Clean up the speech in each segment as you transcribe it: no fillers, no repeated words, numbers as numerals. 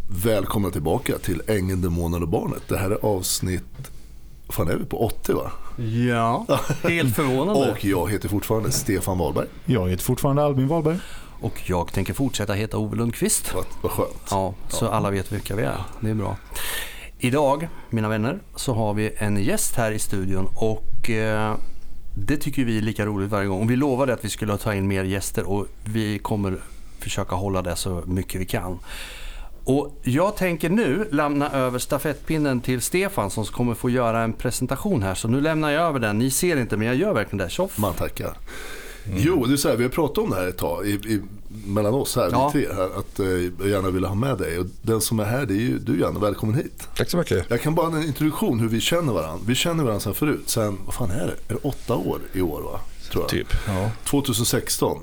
Välkomna tillbaka till Ängeln, Demonen och barnet. Det här är avsnitt, fan är vi på 80 va? Ja, helt förvånande. Och jag heter fortfarande Stefan Wahlberg. Jag heter fortfarande Albin Wahlberg. Och jag tänker fortsätta heta Ove Lundqvist. Vad skönt. Ja, så alla vet vilka vi är. Det är bra. Idag, mina vänner, så har vi en gäst här i studion och det tycker vi är lika roligt varje gång. Och vi lovade att vi skulle ta in mer gäster och vi kommer försöka hålla det så mycket vi kan. Och jag tänker nu lämna över stafettpinnen till Stefan som kommer få göra en presentation här. Så nu lämnar jag över den. Ni ser inte, men jag gör verkligen det. Tjoff. Man tackar. Jo, det är så här, vi har pratat om det här ett tag mellan oss här, vi tre här, att jag gärna ville ha med dig. Och den som är här, det är ju du, Janne. Välkommen hit. Tack så mycket. Jag kan bara en introduktion hur vi känner varandra. Vi känner varandra sedan förut. Sen, vad fan är det? Är det 8 år i år va? Tror jag. Typ, ja. 2016,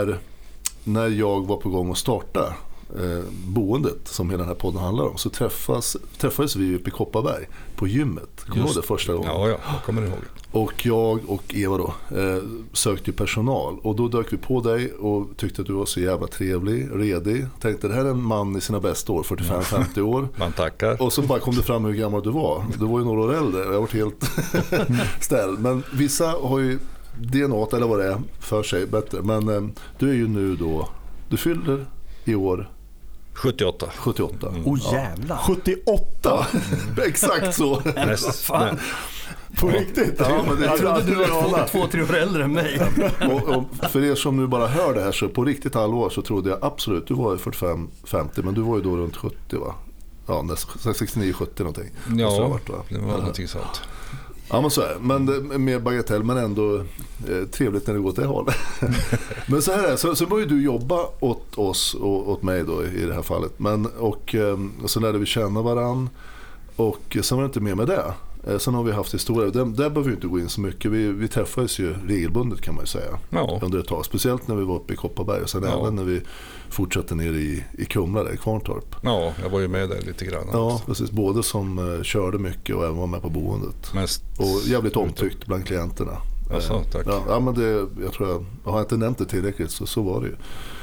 när jag var på gång att starta boendet som hela den här podden handlar om, så träffades vi uppe i Kopparberg på gymmet. Kommer du ihåg det första gången? Ja, jag kommer ihåg. Och jag och Eva då sökte personal och då dök vi på dig och tyckte att du var så jävla trevlig, redig. Tänkte det här är en man i sina bästa år, 45-50 år. Man tackar. Och så bara kom det fram hur gammal du var. Du var ju några år äldre och jag var helt ställd. Men vissa har ju DNA eller vad det är för sig bättre. Men du är ju nu då, du fyller i år 78. Jävlar. 78? Exakt så. Fan. På riktigt? Ja, men jag trodde du var 2-3 år äldre än mig. och för er som nu bara hör det här, så på riktigt allvar så trodde jag absolut, du var 45-50, men du var ju då runt 70 va? Ja, 69-70 någonting. Ja, det var någonting sånt. Ja, men så är men mer bagatell, men ändå trevligt när det går till det hållet. Men så här är så började du jobba åt oss och åt mig då i det här fallet. Och så lärde vi känna varann och sen var det inte mer med det. Sen har vi haft historia, där behöver vi inte gå in så mycket. Vi träffades ju regelbundet kan man ju säga, under ett tag. Speciellt när vi var uppe i Kopparberg och sen även när vi fortsatte ner i Kumla, i Kvarntorp. Ja, jag var ju med där lite grann. Ja, precis. Både som körde mycket och även var med på boendet. Och jävligt omtyckt bland klienterna. Alltså, tack. Ja, men jag tror jag har inte nämnt det tillräckligt, så var det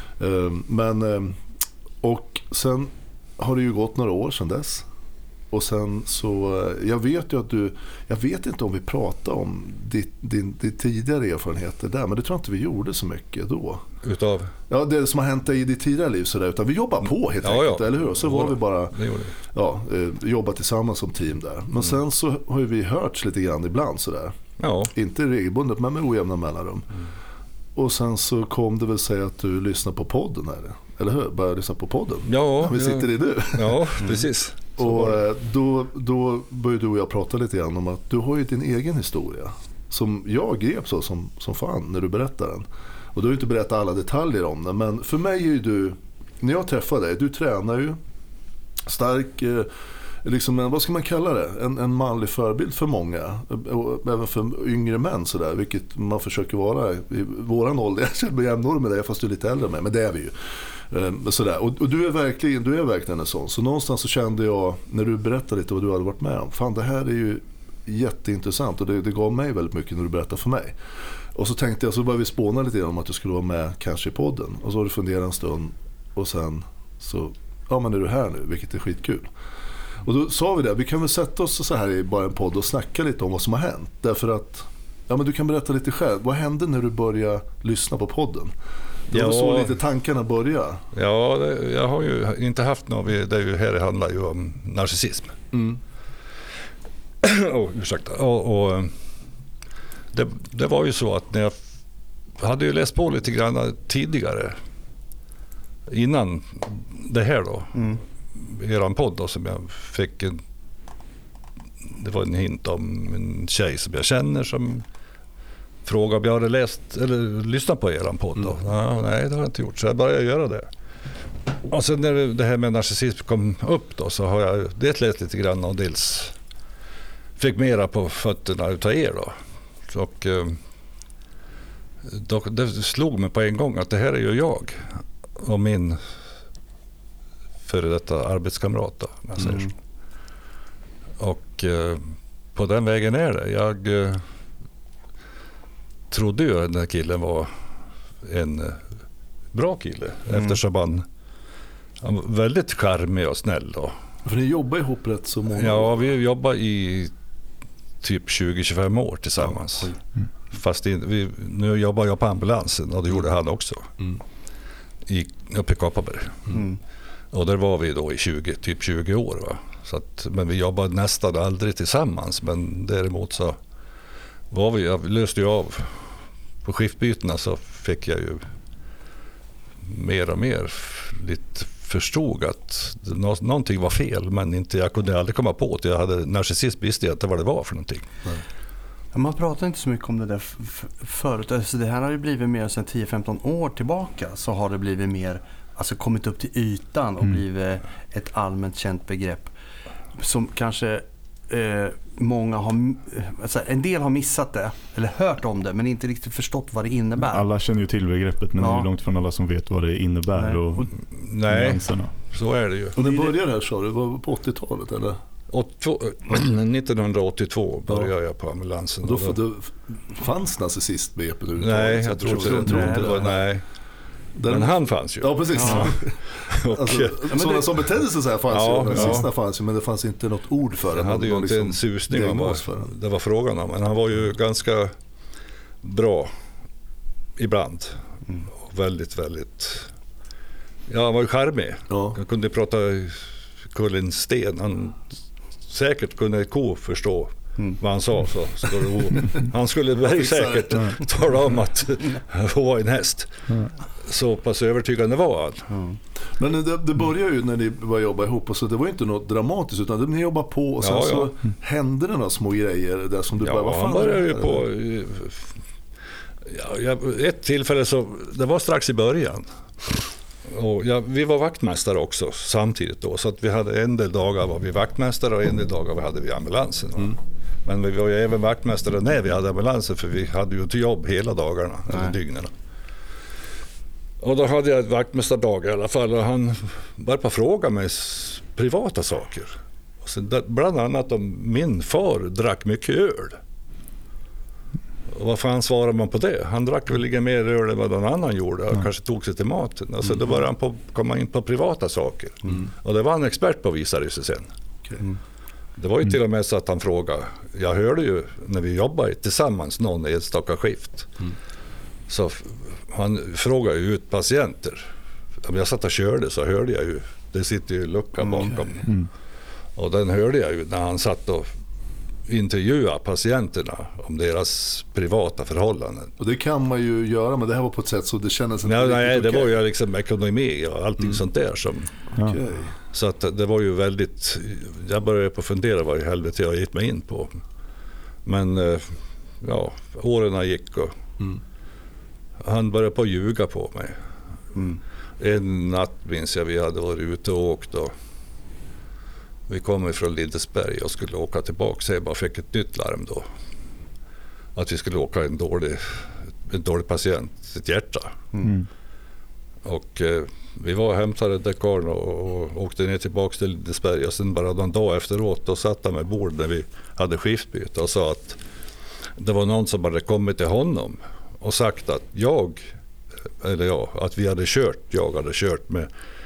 ju. Och sen har det ju gått några år sedan dess. Och sen så, jag vet ju att jag vet inte om vi pratade om din tidigare erfarenheter där, men det tror jag inte vi gjorde så mycket då. Utav? Ja, det som har hänt i ditt tidigare liv sådär, utan vi jobbar på helt enkelt, eller hur? Så var vi bara jobba tillsammans som team där. Men sen så har ju vi hörts lite grann ibland sådär. Ja. Inte regelbundet, men med ojämna mellanrum. Och sen så kom det väl säga att du lyssnar på podden här, eller hur? Började lyssna på podden. Ja. Vi sitter i nu. Ja, precis. Och då började du och jag prata lite grann om att du har ju din egen historia som jag grep så som fan när du berättar den. Och du har ju inte berättat alla detaljer om den, men för mig är ju du, när jag träffar dig, du tränar ju stark, liksom vad ska man kalla det? En manlig förebild för många, och även för yngre män sådär, vilket man försöker vara i våran ålder. Jag känner mig jämnårig med dig fast du är lite äldre med, men det är vi ju. Sådär. Och du är verkligen en sån. Så någonstans så kände jag, när du berättade lite vad du hade varit med om, fan det här är ju jätteintressant och det gav mig väldigt mycket när du berättade för mig. Och så tänkte jag, så började vi spåna lite om att du skulle vara med kanske i podden. Och så har du funderat en stund och sen så, men är du här nu, vilket är skitkul. Och då sa vi det, vi kan väl sätta oss så här i bara en podd och snacka lite om vad som har hänt. Därför att, men du kan berätta lite själv. Vad hände när du började lyssna på podden? Det var så lite tankarna började. Ja, jag har ju inte haft något, det här handlar ju om narcissism. Ursäkta. Och det var ju så att när jag hade ju läst på lite grann tidigare, innan det här då, eran podd då, som jag fick det var en hint om en tjej som jag känner som frågade om jag hade läst eller lyssnat på eran podd då. Nej, det har jag inte gjort, så jag började göra det. Och sen när det här med narcissism kom upp då, så har jag dels läst lite grann och dels fick mera på fötterna utav er då. Och det slog mig på en gång att det här är ju jag och min före detta arbetskamrat då, när jag säger så. Och på den vägen är det. Jag trodde ju att den här killen var en bra kille eftersom Han var väldigt charmig och snäll då. För ni jobbar ihop rätt så många Ja, vi jobbar i typ 20-25 år tillsammans. Fast nu jobbar jag på ambulansen och det gjorde han också. Uppe i Kopparberg. Och där var vi då i typ 20 år. Va? Så att, men vi jobbade nästan aldrig tillsammans. Men däremot så jag löste ju av på skiftbytena, så fick jag ju mer och mer lite förstod att någonting var fel, men jag kunde aldrig komma på att narcissism, visste jag inte vad det var för någonting. Man pratar inte så mycket om det där förut. Alltså det här har ju blivit mer sedan 10-15 år tillbaka, så har det blivit mer, alltså kommit upp till ytan och blivit ett allmänt känt begrepp som kanske många har, alltså en del har missat det eller hört om det men inte riktigt förstått vad det innebär. Alla känner ju till begreppet, men det är långt från alla som vet vad det innebär. Nej, så är det ju. Och det började här, sa du, var på 80-talet eller? 1982 började jag på ambulansen. Då fanns narcissistbegreppet överhuvudtaget? Nej, jag tror inte det var. Nej. Men han fanns ju. Ja, precis. Ja. Alltså, sådana som betedde sig så här fanns ju. Nazisterna fanns ju, men det fanns inte något ord för det. Jag hade ju inte en susning om vad det var frågan om. Men han var ju ganska bra ibland. Och väldigt, väldigt... Ja, han var ju charmig. Ja. Han kunde prata kullen sten. Han säkert kunde förstå vad han sa. Han skulle väldigt säkert tala om att hon var en häst. Så pass övertygande var han. Men det började ju när ni började jobba ihop, och så det var ju inte något dramatiskt, utan ni jobbade på och sen så hände det några små grejer där som du bara, vad fan? Han började ju på ett tillfälle, så det var strax i början. Och vi var vaktmästare också samtidigt då, så att vi hade en del dagar var vi vaktmästare och en del dagar hade vi ambulansen. Men vi var ju även vaktmästare när vi hade ambulansen, för vi hade ju inte jobb hela dagarna eller dygnen. Och då hade jag ett vaktmästardag i alla fall, och han började fråga mig privata saker. Och så bland annat om min far drack mycket öl. Och vad fan svarar man på det? Han drack väl mer öl än vad någon annan gjorde och kanske tog sig till maten. Alltså då började han komma in på privata saker. Och det var han expert på, visade sig sen. Det var ju till och med så att han frågade, jag hörde ju när vi jobbade tillsammans någon enstaka skift. Så han frågade ju ut patienter. Om jag satt och körde så hörde jag ju, det sitter ju lucka bakom. Och den hörde jag ju när han satt och intervjua patienterna om deras privata förhållanden. Och det kan man ju göra, men det här var på ett sätt så det kändes inte nej, det var ju liksom ekonomi och allting sånt där som... Okay. Så att det var ju väldigt... Jag började på fundera vad i helvete jag gick mig in på. Men åren gick och han började på att ljuga på mig. En natt minns jag, vi hade varit ute och åkt och vi kom ifrån Lindesberg och skulle åka tillbaka, så jag bara fick ett nytt larm då. Att vi skulle åka en dålig patient, ett hjärta. Och vi var och hämtade Dekarn och åkte ner tillbaka till Lindesberg, och sen bara någon dag efteråt då satt han med bord när vi hade skiftbyte och sa att det var någon som hade kommit till honom och sagt att att vi hade kört med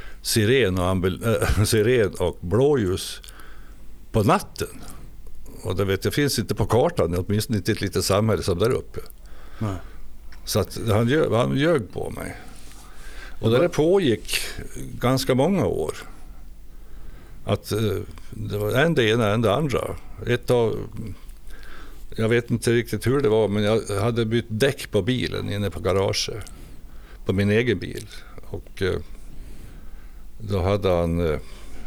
siren och blåljus på natten. Och det finns inte på kartan, åtminstone inte ett litet samhälle som där uppe. Nej. Så att han ljög på mig. Och det pågick ganska många år. Att det var en det ena, en det andra. Jag vet inte riktigt hur det var, men jag hade bytt däck på bilen inne på garaget. På min egen bil. Och då hade han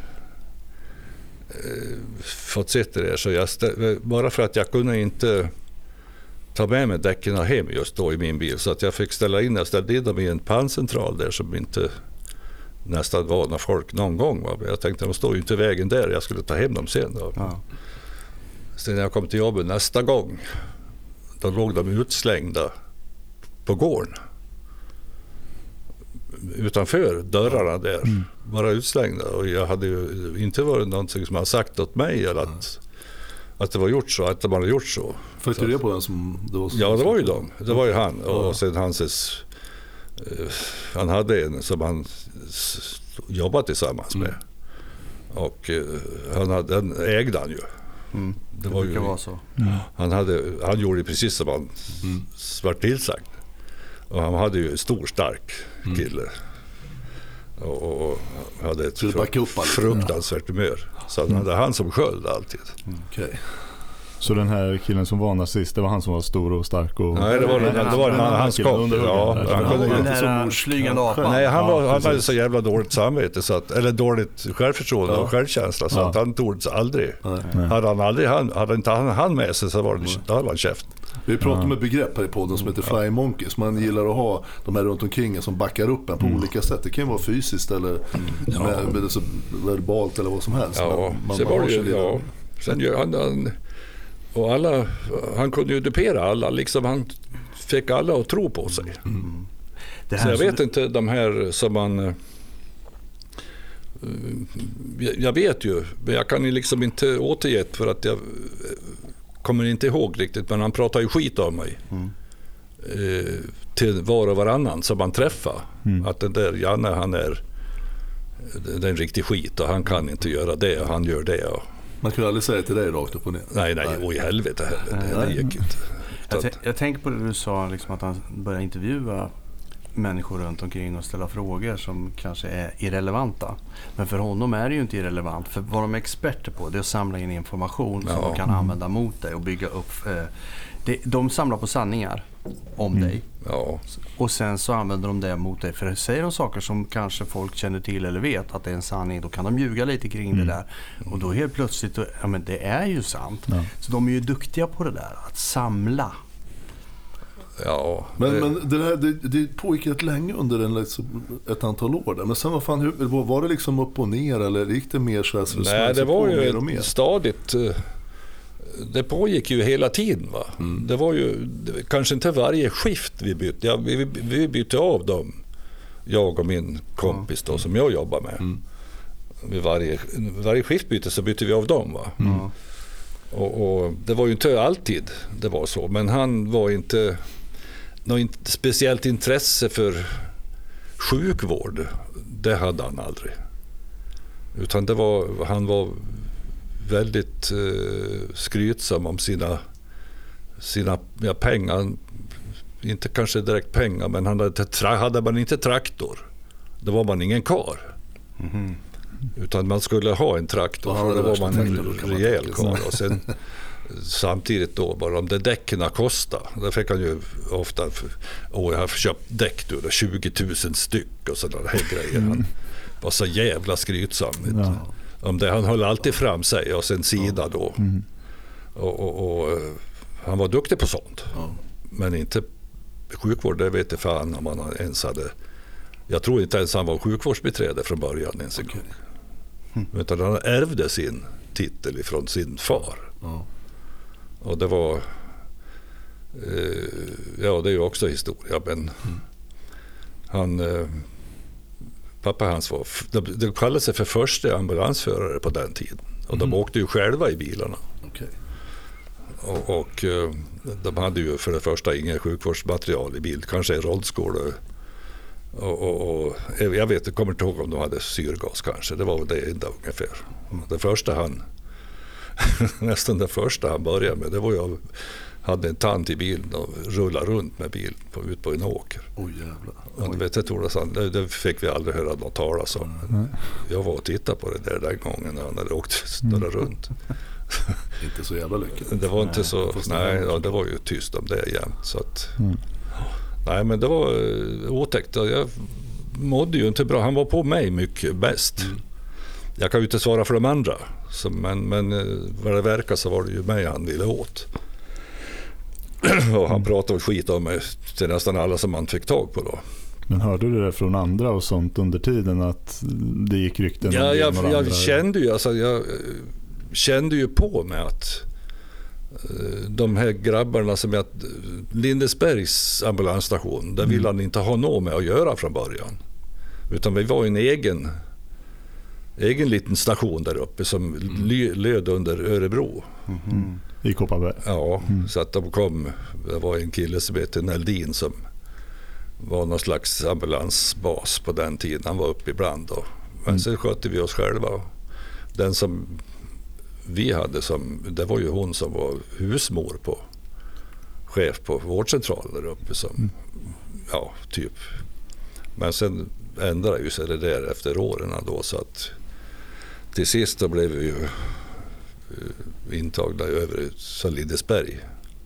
fått sitta där, så bara för att jag kunde inte ta med mig däcken hem just då i min bil, så att jag fick ställde in dem i en panncentral där som inte nästan var några folk någon gång. Va? Jag tänkte de står ju inte i vägen där, jag skulle ta hem dem sen då. Ja. Sen när jag kom till jobbet nästa gång, då låg de utslängda på gården. Utanför dörrarna där, bara utslängda. Och jag hade ju inte varit någonting som han sagt åt mig eller att det var gjort så, att de hade gjort så. Fick du det på den som det var så? Ja, det var ju de. Det var ju han. Och sen han hade en som han jobbade tillsammans med. Och den ägde han ju. Det var ju vara så. Han gjorde precis som han svart tillsagd. Och han hade ju en stor, stark kille. Och hade ett fruktansvärt humör. Så han hade han som sköld alltid. Okay. Så den här killen som var nazist, det var han som var stor och stark? Och... Nej, det var hans kompis. Ja, han kunde inte flygande apan. Nej, han hade så jävla dåligt samvete, så att, eller dåligt självförtroende och självkänsla, så att han tog det aldrig. Hade inte han med sig så var det alla käft. Vi pratar om ett begrepp här i podden som heter flying monkeys. Man gillar att ha de här runt omkring som backar upp en på olika sätt. Det kan vara fysiskt eller med så verbalt eller vad som helst. Ja, så var det ju, Sen gör han och alla, han kunde ju dupera alla, liksom han fick alla att tro på sig. Så jag vet inte, de här som man jag vet ju, men jag kan ju liksom inte återge för att jag kommer inte ihåg riktigt, men han pratar ju skit om mig till var och varannan som man träffar. Att den där Janne, han är en riktig skit och han kan inte göra det och han gör det. Och man kunde aldrig säga till dig rakt upp och ner. Nej, i helvete. Det gick inte. Jag tänker på det du sa, liksom att han började intervjua människor runt omkring och ställa frågor som kanske är irrelevanta. Men för honom är det ju inte irrelevant. För vad de är experter på, det är att samla in information som de kan använda mot dig och bygga upp. De samlar på sanningar om dig. Ja. Och sen så använder de det mot dig. För säger de saker som kanske folk känner till eller vet att det är en sanning, då kan de ljuga lite kring det där. Och då helt plötsligt, ja men det är ju sant. Ja. Så de är ju duktiga på det där, att samla. Ja. Men det pågick rätt länge under ett antal år där. Men sen var det liksom upp och ner eller gick det mer så här? Nej, det var ju stadigt. Det pågick ju hela tiden, va? Det var ju kanske inte varje skift vi bytte. Ja, vi bytte av dem, jag och min kompis då, som jag jobbar med. Vid varje skiftbyte så bytte vi av dem, va? Och det var ju inte alltid det var så, men han var inte något speciellt intresse för sjukvård. Det hade han aldrig. Utan han var väldigt skrytsam om sina pengar. Inte kanske direkt pengar, men hade man inte traktor, då var man ingen kar. Utan man skulle ha en traktor, för då var man en rejäl kar. Och sen samtidigt då, bara om det däcken kostade, då fick han ju ofta, jag har köpt däck då, 20 000 styck och sådana här grejer. Han var så jävla skrytsam. Om det, han höll alltid fram sig och sen sida då. Och han var duktig på sånt. Men inte sjukvård, det vet jag fan om man ens hade. Jag tror inte ens han var sjukvårdsbiträde från början ens en gång. Utan han ärvde sin titel ifrån sin far. Och det var det är ju också historia, men han pappa hans var, de kallade sig för första ambulansförare på den tiden. Och de åkte ju själva i bilarna. Och de hade ju för det första ingen sjukvårdsmaterial i bil, kanske en rollskål. Och jag kommer inte ihåg om de hade syrgas kanske. Det var det enda ungefär. Nästan det första han började med, det var jag hade en tant i bilen och rullade runt med bilen ut på en åker. Det fick vi aldrig höra något talas om. Jag var och tittade på det där den gången när han hade åkt runt. Inte så jävla lyckat. Det var inte så, det var ju tyst om det jämt. Så att, nej, men det var otäckt. Jag mådde ju inte bra. Han var på mig mycket bäst. Jag kan ju inte svara för de andra. Men vad det verkar så var det ju mig han ville åt. Och han pratade skit om mig till nästan alla som man fick tag på då. Men hörde du det från andra och sånt under tiden att det gick rykten? Ja, jag kände ju på mig att de här grabbarna som Lindesbergs ambulansstation, där ville han inte ha något med att göra från början. Utan vi var en egen liten station där uppe som löd under Örebro. I Kopparberg? Ja, så att det var en kille som heter Neldin som var någon slags ambulansbas på den tiden. Han var uppe ibland och Men sen skötte vi oss själva. Den som vi hade, det var ju hon som var husmor på chef på vårdcentralen där uppe som, ja, typ. Men sen ändrade ju sig det där efter åren då, så att till sist då blev vi ju intagna över Lindesberg.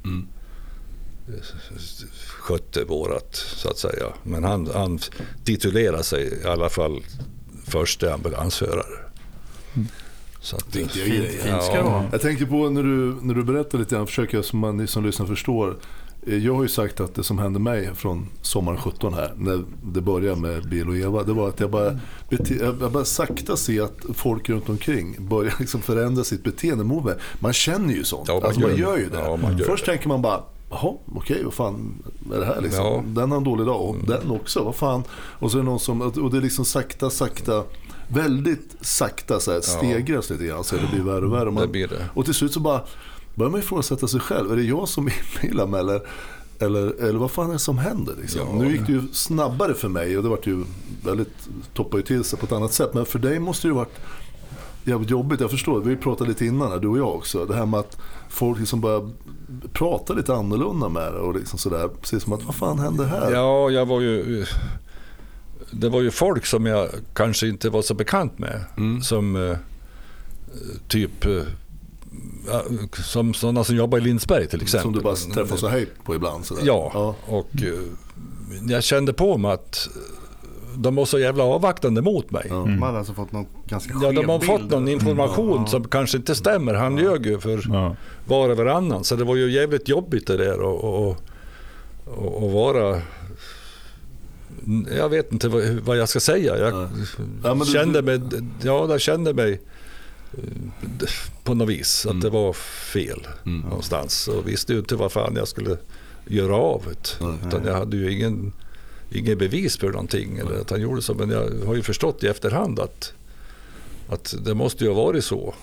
Skötte vårat, så att säga. Men han titulerade sig i alla fall första ambulansförare. Så att, fint ska det vara. Jag tänker på när du berättar lite grann, försöker jag, som ni som lyssnar förstår. Jag har ju sagt att det som hände mig från sommaren 17 här, när det började med Bill och Eva, det var att jag bara sakta se att folk runt omkring börjar liksom förändra sitt beteende mot mig. Man känner ju sånt. Ja, man gör ju det. Ja, först tänker man bara, jaha, okej, vad fan är det här liksom? Ja. Den har en dålig dag och den också, vad fan? Och så är det någon som, och det är liksom sakta, väldigt sakta så här, stegras lite grann, så det blir värre och värre. Det blir det. Och till slut så bara börjar man ifrågasätta sig själv. Är det jag som inbillar mig eller vad fan är det som händer liksom? Ja. Nu gick det ju snabbare för mig och det var ju väldigt, toppade ju till sig på ett annat sätt. Men för dig måste det ju varit jävligt jobbigt. Jag förstår, vi pratade lite innan här, du och jag också. Det här med att folk liksom börjar prata lite annorlunda med det och liksom sådär. Precis som att, vad fan händer här? Ja, det var ju folk som jag kanske inte var så bekant med. Som typ som sådana som jobbar i Lindsberg till exempel. Som du bara träffar så hej på ibland. Sådär. Ja, och jag kände på mig att de var så jävla avvaktande mot mig. De hade alltså fått någon ganska Ja, de har bild. fått någon information som kanske inte stämmer. Han ljög ju för var och varannan. Så det var ju jävligt jobbigt det där och vara... Jag vet inte vad jag ska säga. Jag kände mig på något vis att det var fel någonstans. Och visste ju inte vad fan jag skulle göra av det. Utan jag hade ju ingen bevis för någonting eller att han gjorde så. Men jag har ju förstått i efterhand att det måste ju ha varit så.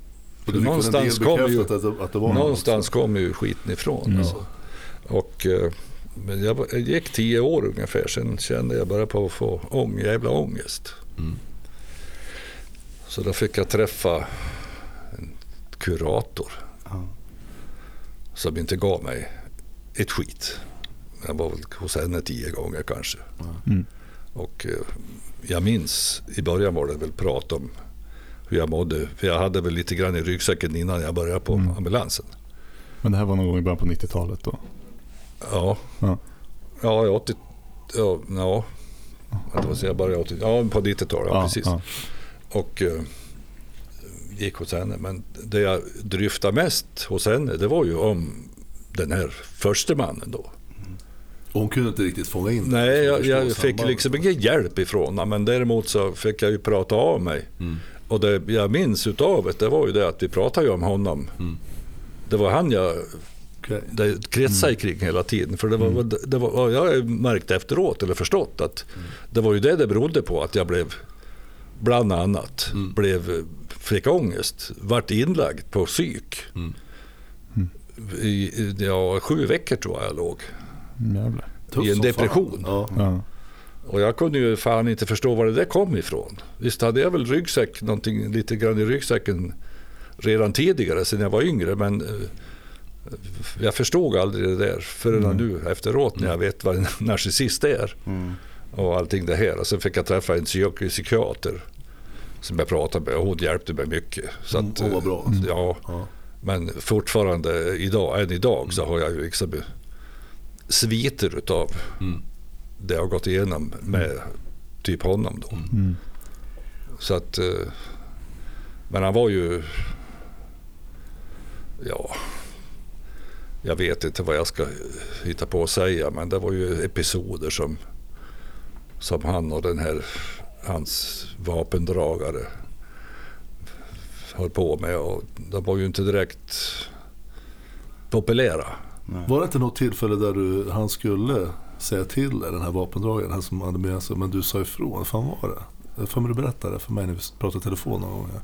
Någonstans kommer ju skiten ifrån. Alltså. Och men jag gick 10 år ungefär, sen kände jag bara på att få jävla ångest. Så då fick jag träffa en kurator som inte gav mig ett skit. Jag var väl hos henne 10 gånger kanske. Och jag minns, i början var det väl prat om hur jag mådde. För jag hade väl lite grann i ryggsäcken innan jag började på ambulansen. Men det här var någon gång i början på 90-talet då? Ja, 80, jag började 80, på 90-talet, precis. Och gick hos henne, men det jag dryftade mest hos henne, det var ju om den här första mannen då. Och hon kunde inte riktigt fånga in. Nej, jag fick liksom ingen hjälp ifrån honom, men däremot så fick jag ju prata av mig. Och det jag minns utav det var ju det att vi pratade ju om honom. Det var han det kretsade kring hela tiden. För det var jag har märkt efteråt eller förstått att det var ju det berodde på att jag blev bland annat fick ångest, vart inlagd på psyk. I 7 veckor tror jag låg. Jävlar. I en depression. Och jag kunde ju fan inte förstå var det där kom ifrån. Visst hade jag väl ryggsäck, någonting lite grann i ryggsäcken redan tidigare sen jag var yngre, men jag förstod aldrig det där förrän nu efteråt när jag vet vad en narcissist är och allting det här. Och sen fick jag träffa en psykiater som jag pratade med och hon hjälpte mig mycket. Så att, hon var bra. Ja. Men fortfarande än idag så har jag ju liksom sviter utav det jag har gått igenom med typ honom då. Så att men han var ju jag vet inte vad jag ska hitta på att säga, men det var ju episoder som han och hans vapendragare höll på med, och de var ju inte direkt populära. Var det inte något tillfälle där han skulle säga till den här vapendragaren, han som hade med sig, men du sa ifrån? Vad fan var det? Får du berätta det för mig när vi pratade telefon någon gång?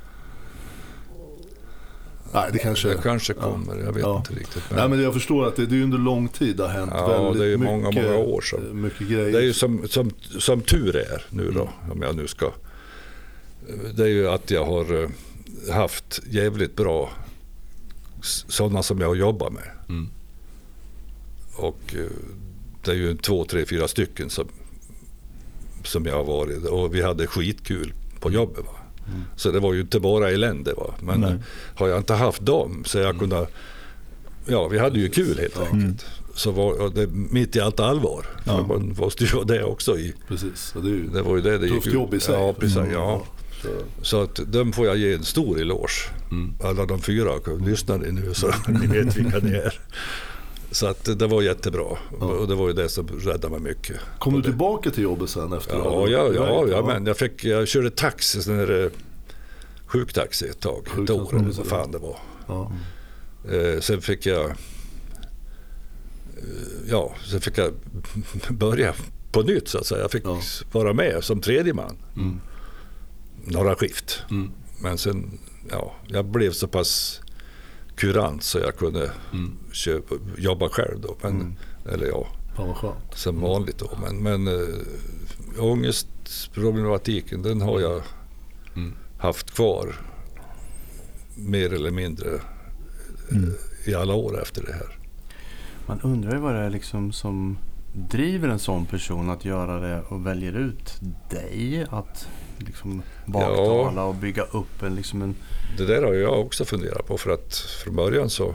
Nej, det kanske kommer, jag vet inte riktigt. Men... Nej, men jag förstår att det är ju under lång tid det har hänt väldigt det är mycket, många år sedan. Mycket grejer. Det är ju som tur är nu då, om jag nu ska det är ju att jag har haft jävligt bra sådana som jag har jobbat med. Och det är ju 2, 3, 4 stycken som jag har varit, och vi hade skitkul på jobbet, va? Så det var ju inte bara elände, va? Men har jag inte haft dem så jag kunde, vi hade ju kul helt enkelt. Så var det mitt i allt allvar. För man måste ju vara det också i. Precis. Det var ju det gick tufft jobb i sig. Ja, precis. Så att dem får jag ge en stor eloge. Alla de 4 lyssnar nu så ni vet vilka det är. Så att det var jättebra. Och det var ju det som räddade mig mycket. Kom du tillbaka till jobbet sen efter? Men jag körde taxi, sån här sjuktaxi ett tag, ett år eller vad fan det var. Sen fick jag börja på nytt, så att säga. Jag fick vara med som tredje man. Några skift. Men sen, jag blev så pass kurant så jag kunde jobba själv då. Men, som vanligt då. Men ångestproblematiken, den har jag haft kvar mer eller mindre i alla år efter det här. Man undrar ju vad det är liksom som driver en sån person att göra det och väljer ut dig att liksom baktala och bygga upp en. Det där har jag också funderat på, för att från början så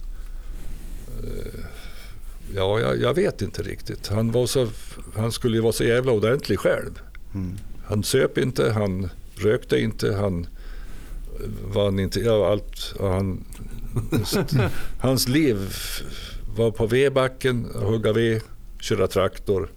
jag vet inte riktigt. Han skulle ju vara så jävla ordentlig själv. Han söp inte, han rökte inte, han vann inte allt. Hans liv var på vedbacken, hugga ved, köra traktor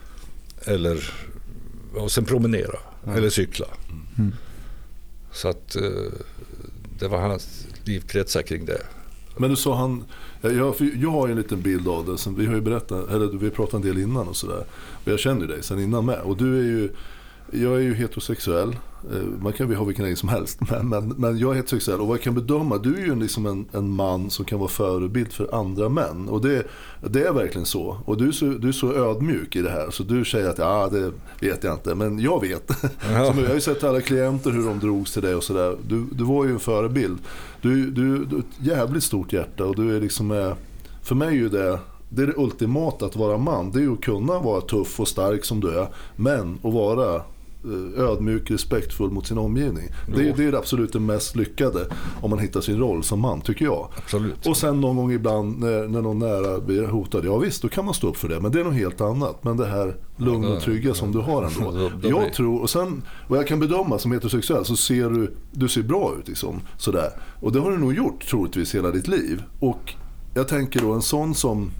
och sen promenera eller cykla. Så att det var hans liv kretsar kring det. Men du sa jag har ju en liten bild av det som vi har ju berättat, eller vi pratade en del innan och sådär. Och jag känner dig sen innan med. Och jag är ju heterosexuell. Man kan ju ha vilken egen som helst, men jag är heterosexuell, och vad jag kan bedöma, du är ju liksom en man som kan vara förebild för andra män, och det är verkligen så. Och du är så ödmjuk i det här, så du säger att det vet jag inte, men jag vet. Jag har ju sett alla klienter hur de drogs till det och sådär. Du var ju en förebild. Du har ett jävligt stort hjärta, och du är liksom, för mig är ju det är det ultimata att vara man. Det är ju att kunna vara tuff och stark som du är, men att vara ödmjuk, respektfull mot sin omgivning. Det är absolut det mest lyckade om man hittar sin roll som man, tycker jag. Absolut. Och sen någon gång ibland när någon nära blir hotad, ja visst, då kan man stå upp för det, men det är något helt annat. Men det här lugn och trygga som du har ändå. Jag tror, och sen vad jag kan bedöma som heterosexuell, så ser du ser bra ut liksom, sådär. Och det har du nog gjort troligtvis hela ditt liv. Och jag tänker då en sån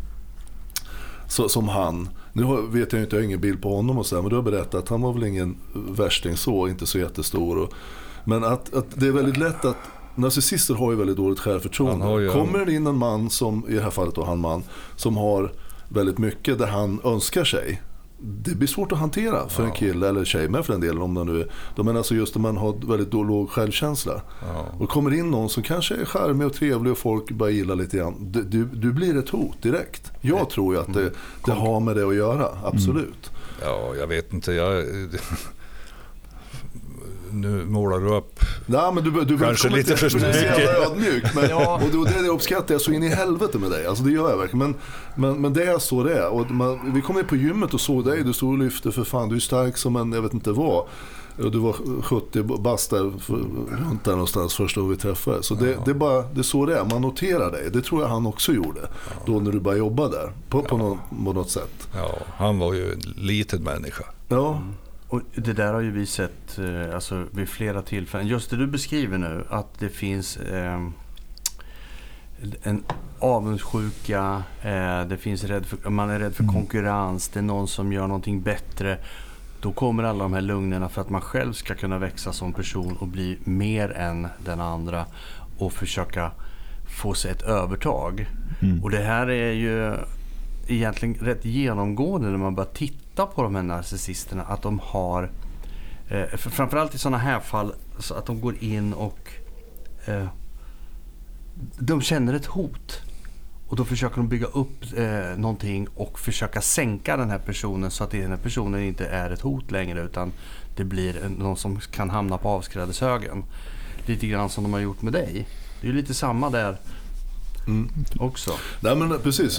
som han, nu vet jag inte, jag har ingen bild på honom och så här, men du har berättat att han var väl ingen värsting så, inte så jättestor, men att det är väldigt lätt att narcissister har ju väldigt dåligt självförtroende. Kommer det in en man som, i det här fallet då han man, som har väldigt mycket där han önskar sig, det blir svårt att hantera för en kille eller tjej med för den delen, om det nu är. Men alltså just när man har väldigt låg självkänsla. Och kommer in någon som kanske är charmig och trevlig och folk bara gillar lite grann. Du blir ett hot direkt. Jag tror ju att det har med det att göra, absolut. Ja, jag vet inte. Nu målar du upp. Nej, men du kanske lite för ödmjuk, men och det uppskattar jag så in i helvete med dig. Alltså det gör jag verkligen. Men det är så det är. Och vi kom in på gymmet och såg dig. Du stod och lyfte, för fan. Du är stark som en, jag vet inte vad. Och du var 70 bast där runt där någonstans första gången vi träffade. Så det är så det är. Man noterar dig. Det tror jag han också gjorde. Då när du började jobba där. På något sätt. Ja, han var ju en liten människa. Ja. Och det där har ju vi sett alltså, vid flera tillfällen. Just det du beskriver nu, att det finns en avundsjuka, det finns man är rädd för konkurrens, det är någon som gör någonting bättre. Då kommer alla de här lugnerna för att man själv ska kunna växa som person och bli mer än den andra och försöka få sig ett övertag. Och det här är ju egentligen rätt genomgående när man bara tittar på de här narcissisterna, att de har framförallt i sådana här fall, så att de går in och de känner ett hot, Och då försöker de bygga upp någonting och försöka sänka den här personen så att den här personen inte är ett hot längre, utan det blir någon som kan hamna på avskrädeshögen. Lite grann som de har gjort med dig. Det är ju lite samma där också. Nej, men precis.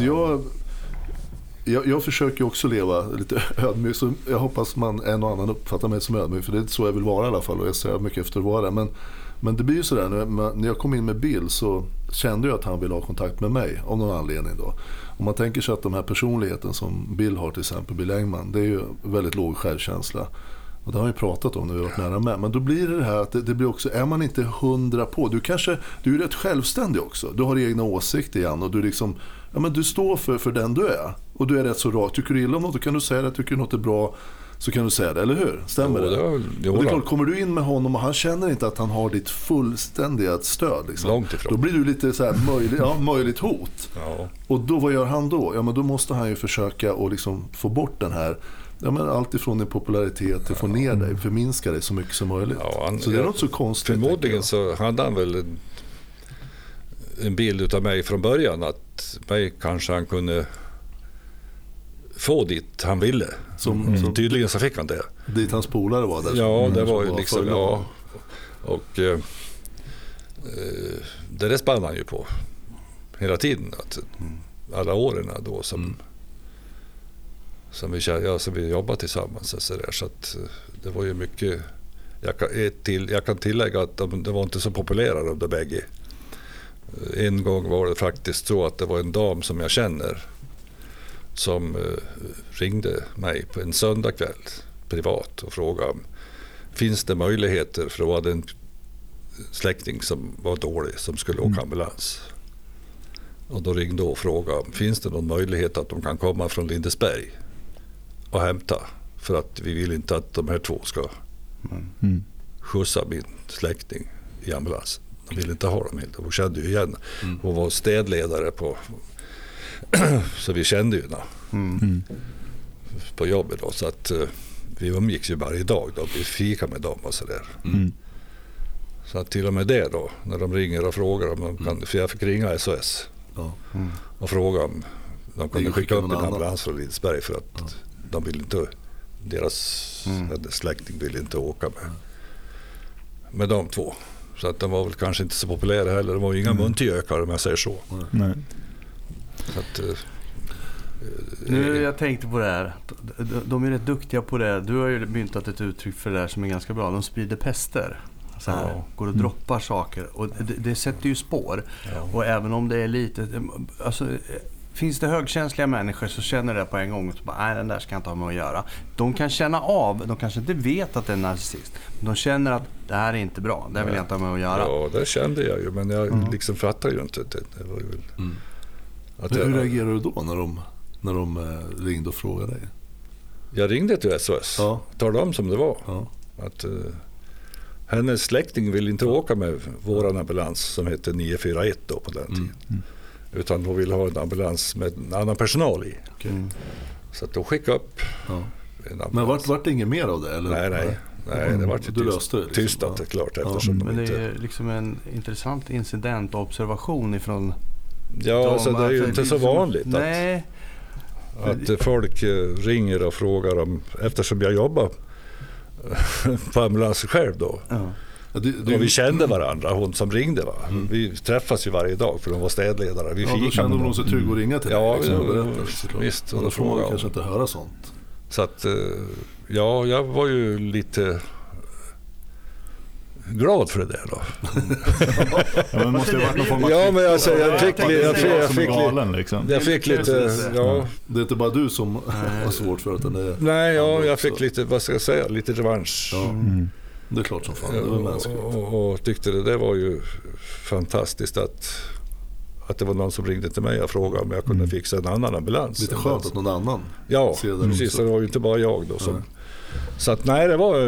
Jag försöker också leva lite ödmjuk, så jag hoppas en och annan uppfattar mig som ödmjuk, för det är så jag vill vara i alla fall, och jag ser mycket efter att vara det. Men det blir ju sådär, när jag kom in med Bill så kände jag att han ville ha kontakt med mig av någon anledning då. Om man tänker sig att de här personligheten som Bill har, till exempel Bill Engman, det är ju väldigt låg självkänsla. Och det har vi pratat om när vi har varit nära med. Men då blir det här att det blir också, är man inte 100 på, du är rätt självständig också. Du har egna åsikter igen, och du liksom, ja, men du står för den du är. Och du är rätt så rak. Tycker du illa om något, då kan du säga det. Tycker du något är bra, så kan du säga det, eller hur? Stämmer det? Och det är klart, kommer du in med honom och han känner inte att han har ditt fullständiga stöd liksom, långt ifrån. Då blir du lite så här möjligt hot. Ja. Och då, vad gör han då? Ja, men då måste han ju försöka och liksom få bort den här, ja, men allt ifrån din popularitet till få ner dig, förminska dig så mycket som möjligt. Ja, så det är något så konstigt. Förmodligen så hade han väl en bild utav mig från början, att mig kanske han kunde få dit han ville. Som tydligen så fick han det. Dit hans polare var där. Ja, det var ju liksom, ja. Och det spann han ju på hela tiden. Att alla åren då som vi jobbade tillsammans. Så att det var ju mycket. Jag kan tillägga att det var inte så populära de bägge. En gång var det faktiskt så att det var en dam som jag känner som ringde mig på en söndagkväll privat och frågade om finns det möjligheter, för då hade en släkting som var dålig som skulle åka ambulans. Och då ringde och frågade om finns det någon möjlighet att de kan komma från Lindesberg och hämta, för att vi vill inte att de här två ska skjutsa min släkting i ambulans. De vill inte ha dem helt. Hon kände ju igen. Hon var städledare på så vi kände ju på jobbet då, så att vi umgicks ju varje dag då, vi fika med dem och sådär. Så att till och med det då, när de ringer och frågar om de kan, för jag fick ringa SOS och fråga om de kunde skicka upp en ambulans från Lindsberg, för att de vill inte, deras släkting vill inte åka med de två. Så att de var väl kanske inte så populära heller, de var ju inga muntergökar om jag säger så. Nej. Så att, nu jag tänkte på det här. De är rätt duktiga på det. Du har ju myntat ett uttryck för det där som är ganska bra. De sprider pester. Så här, går och droppar saker. Och det sätter ju spår. Ja. Och även om det är lite... Alltså, finns det högkänsliga människor så känner det på en gång. Så bara, nej, den där ska jag inte ha med att göra. De kan känna av. De kanske inte vet att det är en narcissist. Men de känner att det här är inte bra. Det vill jag inte ha med att göra. Ja, det kände jag ju. Men jag liksom fattar ju inte. Det var ju väl... Hur reagerar du då när de ringde och frågade dig? Jag ringde till SOS. Talade om som det var. Att hennes släkting vill inte åka med våran ambulans som heter 941 då på den tiden. Utan hon ville ha en ambulans med en annan personal i. Så att de skickade upp en ambulans. Men vart det inget mer av det? Eller? Nej, det var du löste det liksom. Tystat, det är klart. Eftersom men det är liksom en intressant incident och observation ifrån... Ja, alltså det är ju inte så vanligt att folk ringer och frågar om, eftersom jag jobbar på ambulans själv då. Och vi kände varandra, hon som ringde vi träffas ju varje dag för de var städledare. Vi då kände hon sig trygg att ringa till dig. Visst. Och då får man kanske inte höra sånt. Så att, jag var ju lite glad för det där då. Men måste det vara någon form av jag fick lite det är inte bara du som har svårt för att den är. Nej, jag fick lite, vad ska jag säga, lite revansch. Det är klart som fan, det var mänskligt. Och tyckte det var ju fantastiskt att det var någon som ringde till mig och frågade om jag kunde fixa en annan ambulans. Lite skönt att någon annan. Ja, precis, det var ju inte bara jag då som. Så att nej, det var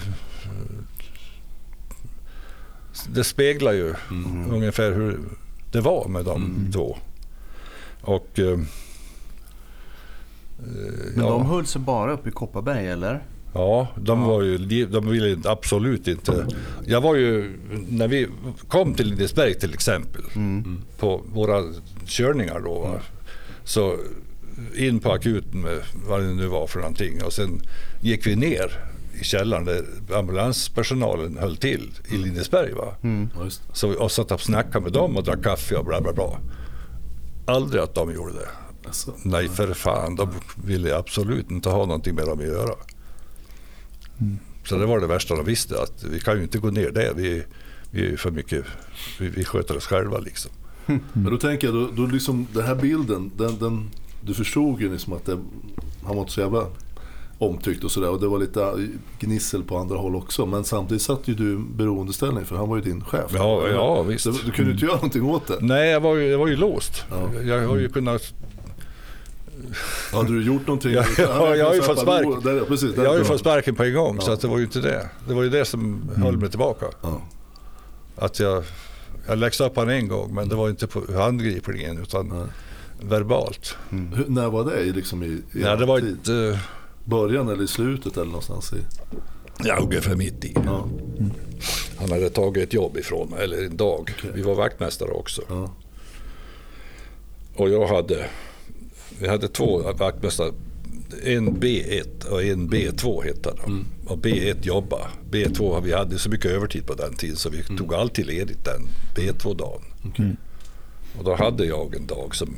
det speglar ju ungefär hur det var med de två. Och men de höll sig bara upp i Kopparberg, eller? Ja, de ville absolut inte. Jag var ju, när vi kom till Lindesberg till exempel, på våra körningar då, så in på akuten med vad det nu var för någonting, och sen gick vi ner i källaren där ambulanspersonalen höll till i Lindesberg, va? Så vi satt och snackade med dem och drack kaffe och bla bla bla. Aldrig att de gjorde det. Nej, för fan, de ville absolut inte ha någonting med dem att göra. Så det var det värsta de visste, att vi kan ju inte gå ner där, vi är för mycket, vi sköter oss själva liksom. Men då tänker jag, då liksom den här bilden, den du förstod ju liksom att han var inte så jävla omtyckt och sådär, och det var lite gnissel på andra håll också, men samtidigt satt ju du beroendeställning, för han var ju din chef. Ja, visst. Du kunde inte göra någonting åt det. Nej, jag var ju låst. Ja. Jag har ju kunnat... Hade du gjort någonting? Jag har ju fått sparken. Jag har ju fått sparken på en gång, så att det var ju inte det. Det var ju det som höll mig tillbaka. Ja. Att jag läxade upp han en gång, men det var inte på handgripligen utan verbalt. När var det liksom i det var ett början eller i slutet eller någonstans i? Ja, ungefär mitt i. Ja. Han hade tagit ett jobb ifrån mig, eller en dag. Okay. Vi var vaktmästare också. Ja. Och vi hade 2 vaktmästare, en B1 och en B2 hette de. Och B1 jobba. B2, vi hade så mycket övertid på den tiden, så vi tog alltid ledigt den B2-dagen. Okay. Och då hade jag en dag som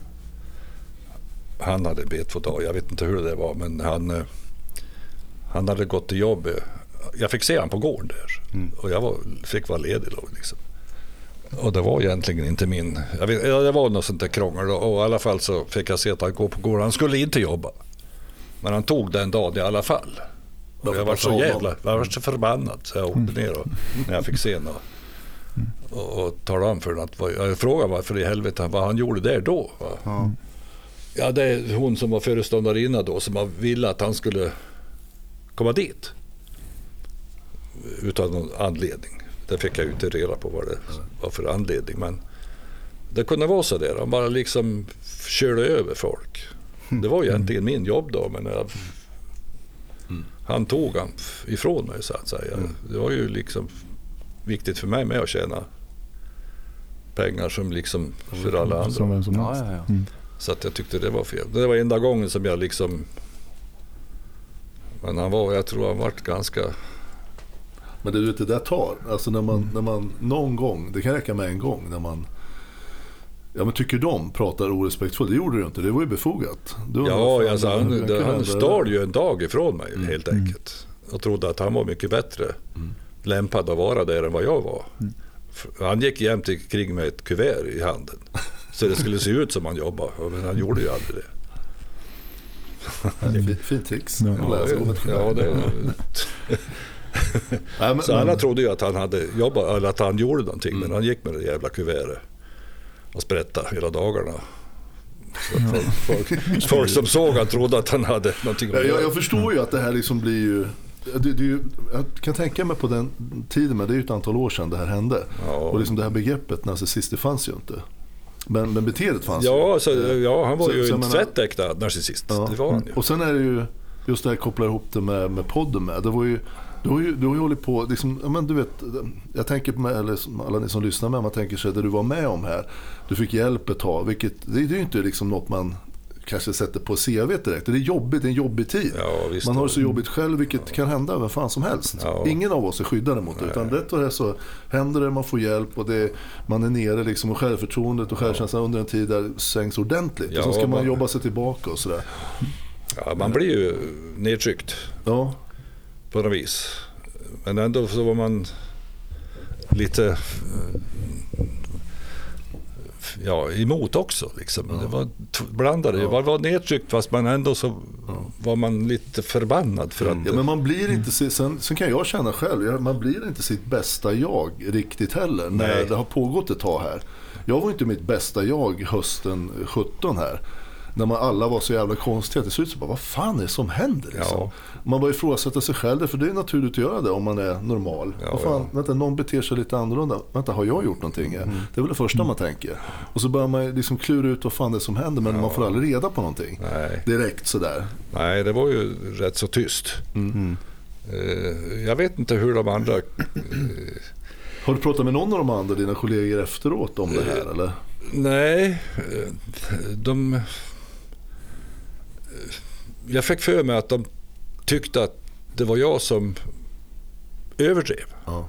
han hade B2-dag. Jag vet inte hur det var, men han hade gått till jobb. Jag fick se han på gården där. Och jag fick vara ledig då liksom. Och det var egentligen inte min... det var något sånt där krångel. Och i alla fall så fick jag se att han går på gården. Han skulle inte jobba. Men han tog den dagen i alla fall. Och jag var så förbannad. Så jag åkte ner när jag fick se honom. Och talade om för att jag frågade varför i helvete vad han gjorde där då. Ja, det är hon som var föreståndarinna då som ville att han skulle komma dit. Utan någon anledning. Det fick jag ju inte reda på vad det var för anledning, men det kunde vara så där. Han bara liksom körde över folk. Det var egentligen min jobb då, men han tog han ifrån mig så att säga. Det var ju liksom viktigt för mig med att tjäna pengar som liksom för alla andra. Så att jag tyckte det var fel. Det var enda gången som jag liksom... Men jag tror han varit ganska... Men det där tar, alltså när man någon gång, det kan räcka med en gång, när man tycker de pratar orespektfullt, det gjorde du inte, det var ju befogat. Han stal ju en dag ifrån mig helt enkelt, och trodde att han var mycket bättre lämpad att vara där än vad jag var. Han gick jämt kring med ett kuvert i handen, så det skulle se ut som han jobbade, men han gjorde ju aldrig det. Fint tricks. Ja, det så alla trodde ju att han hade jobbat eller att han gjorde någonting, men han gick med det jävla kuvertet och sprättade hela dagarna. Folk som såg han trodde att han hade någonting. Jag förstår ju att det här liksom blir ju, jag kan tänka mig på den tiden, men det är ju ett antal år sedan det här hände. Ja. Och liksom det här begreppet narcissist, det fanns ju inte. Men beteendet fanns ju. Han var ju en tvättäkta narcissist. Ja. Det var han ju. Och sen är det ju just det här, kopplar ihop det med podden med. Det var ju du har ju hållit på liksom, men du vet, jag tänker på mig, eller alla ni som lyssnar med, man tänker sig det du var med om här. Du fick hjälp ett tag, vilket det är ju inte liksom något man kanske sätter på CV direkt. Det är jobbigt, det är en jobbig tid. Ja, visst, man har så jobbigt själv, vilket kan hända vem fan som helst. Ja. Ingen av oss är skyddade mot det, utan rätt och det så händer det, man får hjälp och man är nere liksom, och självförtroendet och självkänslan under en tid där sänks ordentligt. Ja, och så ska man jobba sig tillbaka och sådär. Ja, man blir ju nedtryckt. Ja. På något vis. Men ändå så var man lite emot också liksom. Det var blandade. Det var nedtryckt, fast man ändå så var man lite förbannad för att... Ja, men man blir inte sen kan jag känna själv, man blir inte sitt bästa jag riktigt heller när det har pågått ett tag här. Jag var inte mitt bästa jag hösten 17 här. när man alla var så jävla konstiga, till slut så bara, vad fan är det som händer liksom? Ja. Man bara ifrågasätter sig själv, för det är naturligt att göra det om man är normal. Ja, vad fan, vänta, någon beter sig lite annorlunda. Vänta, har jag gjort någonting? Det är väl det första man tänker. Och så börjar man liksom klura ut vad fan det är som händer, men man får aldrig reda på någonting. Nej. Direkt sådär. Nej, det var ju rätt så tyst. Jag vet inte hur de andra... Har du pratat med någon av de andra, dina kollegor efteråt om det här eller? Nej, jag fick för mig att de tyckte att det var jag som överdrev. Ja.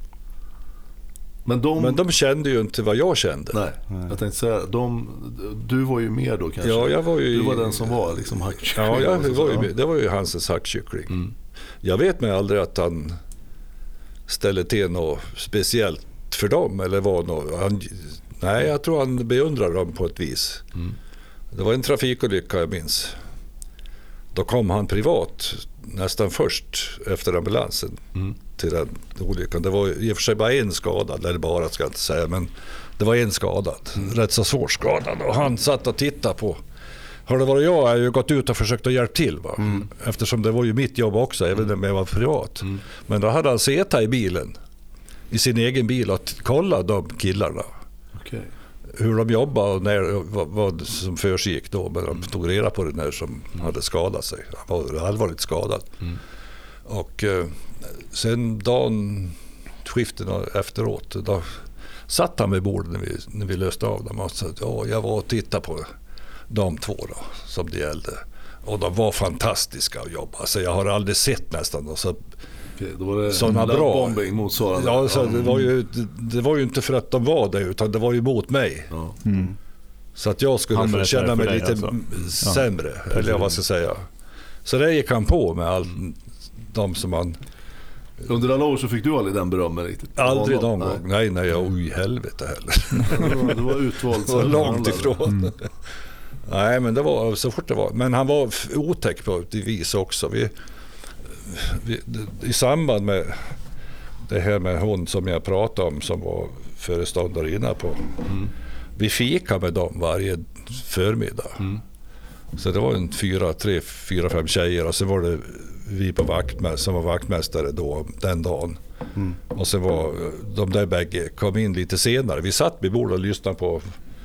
Men de kände ju inte vad jag kände. Nej, jag tänkte säga, du var ju med då kanske. Ja, jag var ju... Du var den som var liksom hackkyckling. Ja, det var ju Hanses hackkyckling. Jag vet mig aldrig att han ställde till något speciellt för dem eller var något. Nej, jag tror han beundrar dem på ett vis. Det var en trafikolycka jag minns. Då kom han privat nästan först efter ambulansen till den olyckan. Det var i och för sig bara en skadad, eller bara ska jag inte säga, men det var en skadad, rätt så svårt skadad. Och han satt och tittade på. Har det varit jag har ju gått ut och försökt att hjälpa till. Va? Eftersom det var ju mitt jobb också, även om jag var privat. Men då hade han suttit i bilen, i sin egen bil, och kolla de killarna. Okay. Hur de jobbade och vad som försiggick då. Men de tog reda på det när som hade skadat sig. Han var allvarligt skadad. Och sen dagen, skiften efteråt, då satt han vid bordet när vi löste av dem. Och sa, jag var och tittade på de två då, som det gällde. Och de var fantastiska att jobba. Alltså jag har aldrig sett nästan. Och så, då var det sådana bra bombing motsvarande. Ja, så det var ju inte för att de var det, utan det var ju mot mig. Ja. Så att jag skulle känna mig lite sämre, eller vad ska jag säga. Så det gick han på med all de som man... Under alla år så fick du aldrig den berömmen riktigt? Aldrig någon gång. Nej, i helvete heller. Det var utvalt. Det var långt ifrån. Nej, men det var så fort det var. Men han var otäck på ett vis också. I samband med det här med hon som jag pratade om, som var föreståndarinna på. Vi fikade med dem varje förmiddag. Så det var en 4-5 tjejer, och så var det vi på som var vaktmästare då, den dagen. Och så var de där bägge kom in lite senare. Vi satt vid bordet och lyssnade på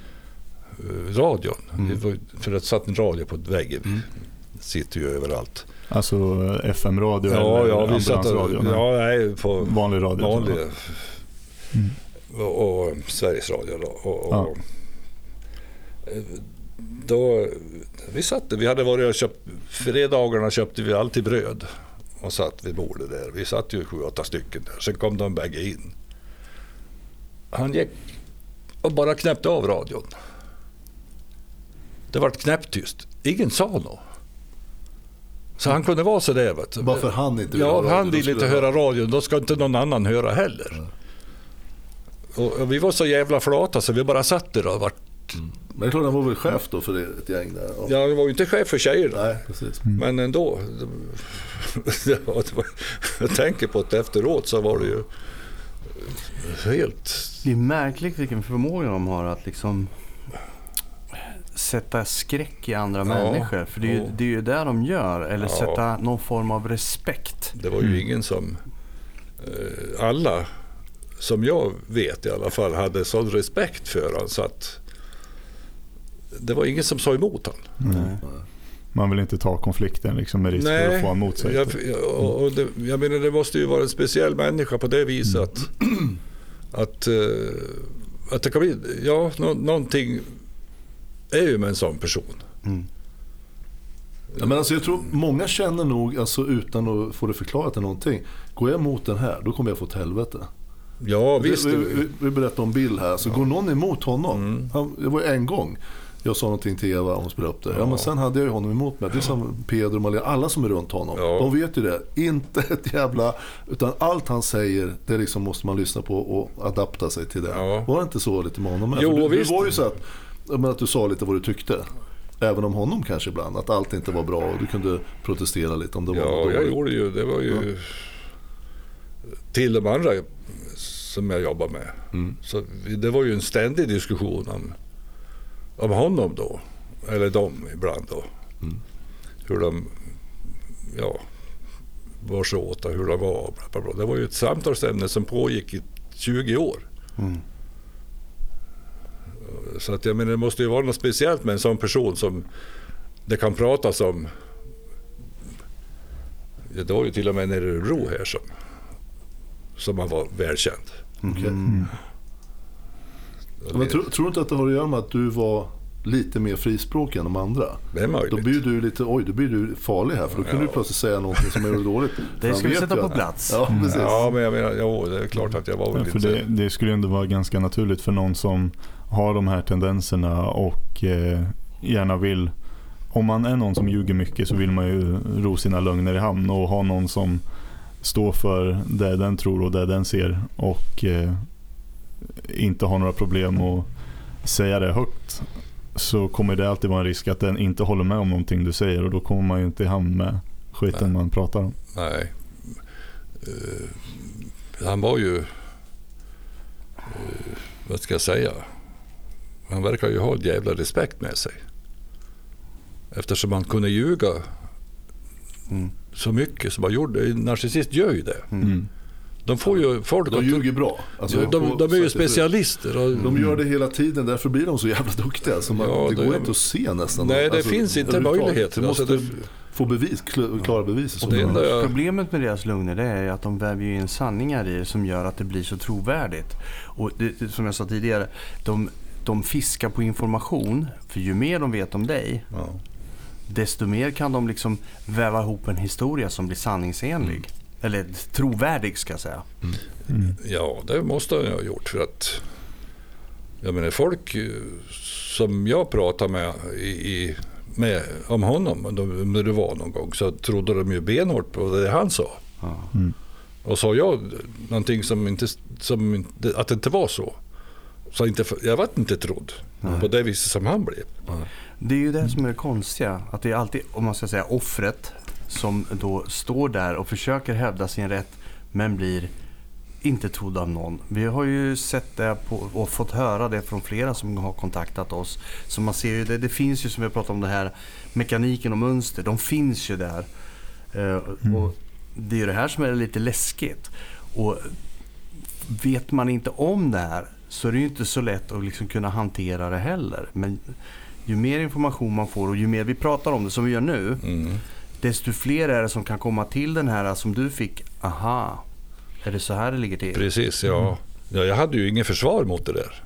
radion. För att satt en radio på väggen. Sitter ju överallt. Alltså FM-radio eller vi satt på vanlig radio. Och Sveriges Radio då. Då vi hade varit och köpt, fredagarna köpte vi alltid bröd och satt vid bordet där. Vi satt ju 7-8 stycken där. Sen kom de bägge in. Han gick och bara knäppte av radion. Det var knäpptyst. Ingen sa något. Så han kunde vara så där. Bara för han inte vill höra radio. Han vill inte höra radion. Då ska inte någon annan höra heller. Och vi var så jävla flata så vi bara satt där och vart. Men det är klart, han var väl chef då för ett gäng där? Ja, han var ju inte chef för tjejerna. Nej, precis. Men ändå. Jag tänker på det efteråt, så var det ju helt... Det är märkligt vilken förmåga de har att liksom sätta skräck i andra människor. För det är ju det de gör. Eller sätta någon form av respekt. Det var ju ingen som... alla som jag vet i alla fall hade sån respekt för han, så att det var ingen som sa emot han. Man vill inte ta konflikten liksom, med risk för att få emot sig. Jag menar, det måste ju vara en speciell människa på det viset att det kan bli, någonting är ju med en sån person. Ja, men alltså jag tror många känner nog, alltså, utan att få det förklarat eller någonting, går jag emot den här, då kommer jag få ett helvete. Ja, visst. Vi berättar om Bill här, så går någon emot honom. Det var en gång jag sa någonting till Eva, hon spelade upp det. Ja, men sen hade jag ju honom emot mig. Det är som Pedro och Malia, alla som är runt honom. De vet ju det. Inte ett jävla... Utan allt han säger, det liksom måste man lyssna på och adapta sig till det. Var det inte så lite med honom? Jo, det var ju så att du sa lite vad du tyckte. Även om honom kanske ibland. Att allt inte var bra och du kunde protestera lite om det var dåligt. Jag gjorde ju. Det var ju till de andra som jag jobbar med. Så det var ju en ständig diskussion om honom då. eller de ibland då. Hur de var så åt och hur de var. Bla bla bla. Det var ju ett samtalsämne som pågick i 20 år. Så att jag menar, det måste ju vara något speciellt med en sån person som det kan pratas om. Det var ju till och med nere i Örebro här som man var välkänd. Men tror du inte att det har att göra med att du var lite mer frispråkig än de andra? Det är möjligt. Då blir du farlig här, för då kan du plötsligt säga något som är dåligt. Det ska vi sätta på plats. Ja, precis. Ja, men jag menar, det är klart att jag var väl för det skulle ändå vara ganska naturligt för någon som har de här tendenserna och gärna vill, om man är någon som ljuger mycket så vill man ju ro sina lögner i hamn och ha någon som står för det den tror och det den ser och inte har några problem att säga det högt, så kommer det alltid vara en risk att den inte håller med om någonting du säger, och då kommer man ju inte i hamn med skiten man pratar om. Nej. Han var ju vad ska jag säga, han verkar ju ha ett jävla respekt med sig, eftersom han kunde ljuga så mycket som han gjorde. En narcissist gör ju det. De får ju folk, de ljuger bra. Alltså, de är ju specialister. Och, de gör det hela tiden, därför blir de så jävla duktiga. Så det går inte att se nästan. Nej, det finns inte möjligheter. Du måste få bevis, klara bevis. Problemet med deras lögner, det är att de väver in sanningar i det som gör att det blir så trovärdigt. Och det, som jag sa tidigare, de fiskar på information, för ju mer de vet om dig, desto mer kan de liksom väva ihop en historia som blir sanningsenlig. Eller trovärdig, ska jag säga. Ja, det måste jag ha gjort, för att jag menar, folk som jag pratar med om honom när det var någon gång, så trodde de ju benhårt på det han sa. Och sa jag någonting som att det inte var så inte, jag var inte trodd på det viset som han blev. Det är ju det som är det konstiga, att det är alltid, om man ska säga, offret som då står där och försöker hävda sin rätt men blir inte trodd av någon. Vi har ju sett det och fått höra det från flera som har kontaktat oss. Så man ser ju det finns ju, som vi har pratat om, det här mekaniken och mönster, de finns ju där. Och det är ju det här som är lite läskigt. Och vet man inte om det här så är det ju inte så lätt att liksom kunna hantera det heller. Men ju mer information man får och ju mer vi pratar om det, som vi gör nu, desto fler är det som kan komma till den här som du fick. Aha, är det så här det ligger till? Precis, ja. Jag hade ju ingen försvar mot det där.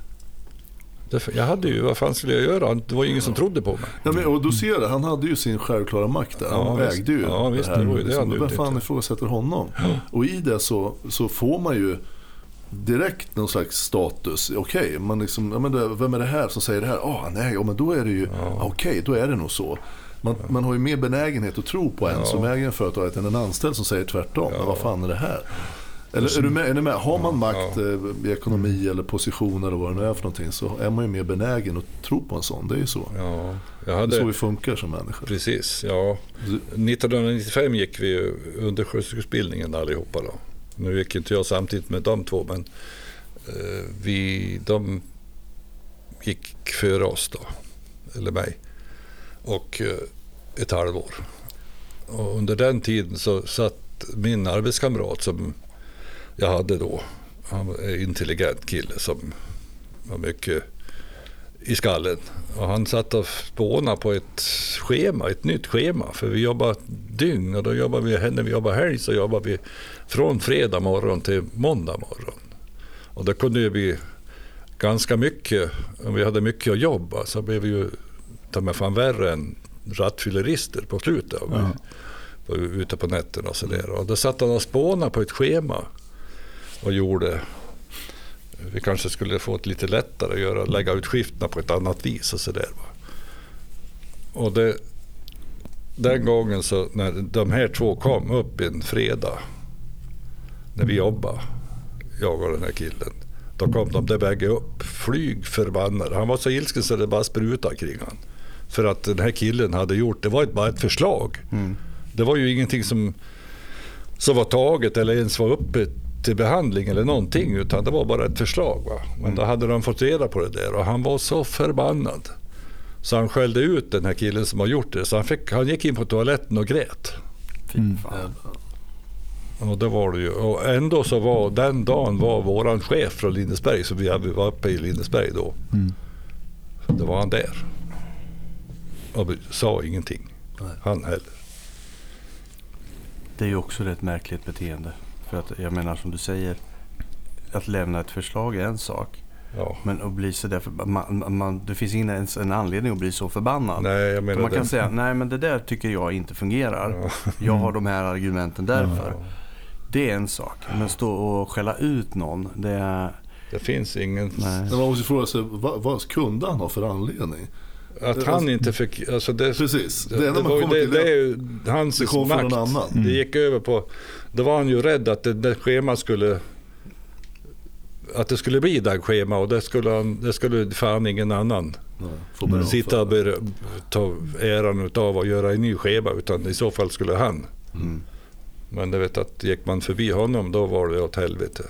Jag hade ju, vad fan skulle jag göra? Det var ju ingen som trodde på mig. Ja, men, och du ser det, han hade ju sin självklara makt där. Han ägde ju det här. Det var ju det han vem fan ifrågasätter honom? Och i det så får man ju direkt någon slags status. Okej, man liksom, vem är det här som säger det här? Men då är det ju, okej, då är det nog så. Man har ju mer benägenhet att tro på en som äger en företag än en anställd som säger tvärtom. Men vad fan är det här? Eller är du med? Har man makt i ekonomi eller position eller vad det nu är för någonting, så är man ju mer benägen att tro på en sån. Det är ju så. Ja, det är så vi funkar som människor. Precis, ja. 1995 gick vi undersköterskeutbildningen allihopa då. Nu gick inte jag samtidigt med de två, men de gick före oss då, eller mig, och ett halvår. Och under den tiden så satt min arbetskamrat som jag hade då, han var en intelligent kille som var mycket i skallen, och han satt och spånade på ett nytt schema, för vi jobbar dygn, och då jobbar vi, när vi jobbar helg så jobbar vi från fredag morgon till måndag morgon, och då kunde vi ganska mycket, om vi hade mycket att jobba så blev vi ju fan värre än rattfyllerister på slutet. Var ute på nätterna och sådär, och då satt han och spånade på ett schema och gjorde, vi kanske skulle få ett lite lättare att lägga ut skiftena på ett annat vis och sådär. Och den gången så när de här två kom upp en fredag när vi jobbade, jag och den här killen, då kom de där bägge upp, flyg förbannade. Han var så ilsken så det bara sprutade kring han. För att den här killen hade gjort, det var bara ett förslag. Det var ju ingenting som var taget eller ens var uppe till behandling eller någonting, utan det var bara ett förslag. Va? Men då hade de fått reda på det där, och han var så förbannad. Så han skällde ut den här killen som har gjort det. Så han gick in på toaletten och grät. Fy fan. Och det var det ju. Och ändå så var den dagen var våran chef från Lindesberg, så vi var uppe i Lindesberg då. Då var han där. Och sa ingenting. Nej. Han heller. Det är ju också ett märkligt beteende. För att jag menar som du säger, att lämna ett förslag är en sak. Ja. Men att bli så där, det finns ingen ens en anledning att bli så förbannad. Nej, jag menar man kan säga, nej men det där tycker jag inte fungerar. Ja. Jag har de här argumenten därför. Ja. Det är en sak. Men stå och skälla ut någon, Det finns ingen... Nej. Man måste fråga sig, vad kunde han ha för anledning? Att han inte fick... Alltså det, Precis. Det är ju hans det kom makt. från någon annan. Det gick över på... Då var han ju rädd att det schema skulle... Att det skulle bli dagschema, och det skulle fan ingen annan sitta och ta äran utav och göra en ny schema, utan i så fall skulle han. Men jag vet att gick man förbi honom, då var det åt helvete.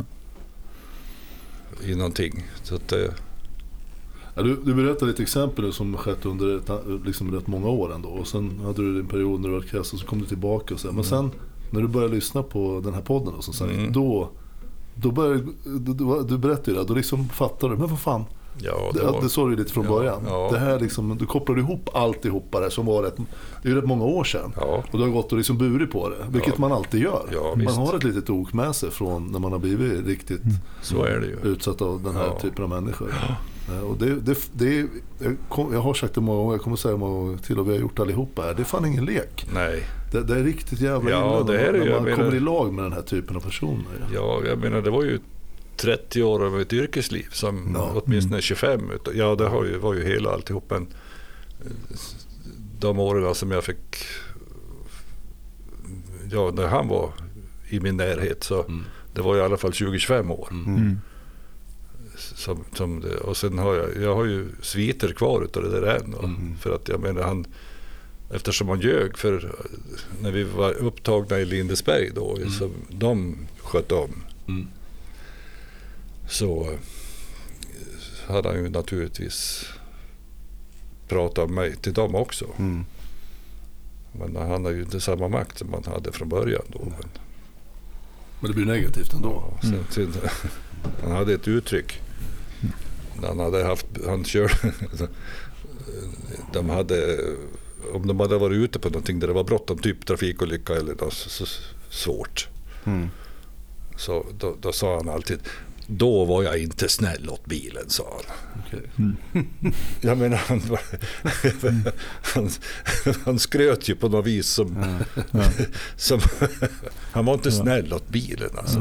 I någonting. Så att du berättade lite exempel som skett under rätt många år ändå, och sen hade du en period när du var kräs och så kom du tillbaka och så. Men sen när du började lyssna på den här podden och så sagt, då började du berättade ju det, då liksom fattade du, men vad fan. ja, Det sa du lite från början. Ja. Det här liksom, du kopplade ihop alltihopa där som var det är rätt många år sedan. Ja. Och du har gått och liksom burit på det, vilket man alltid gör. Ja, man visst. har ett litet ok med sig från när man har blivit riktigt Så är det ju. utsatt av den här typen av människor. Och jag har sagt det många gånger, jag kommer säga många gånger till, och vi har gjort allihopa här. Det är fan ingen lek. Nej. Det är riktigt jävla illa det är det, när man kommer i lag med den här typen av personer. Ja, jag menar, det var ju 30 år av ett yrkesliv som åtminstone 25. Ja, det var ju hela alltihop. Men de åren som jag fick, när han var i min närhet, så det var i alla fall 20-25 år. Som det, och sen har jag har ju sviter kvar utav det där än. För att jag menar, eftersom han ljög för när vi var upptagna i Lindesberg då, som de skötte om, så hade han ju naturligtvis pratat om mig till dem också. Men han har ju inte samma makt som han hade från början då. Men det blir negativt ändå. Sen, han hade ett uttryck. Han körde om de hade varit ute på någonting där det var bråttom, typ trafikolycka eller något så svårt. Så då sa han alltid, då var jag inte snäll åt bilen, sa han. Okay. Jag menar, han skröt ju på något vis som han var inte snäll åt bilen. Alltså.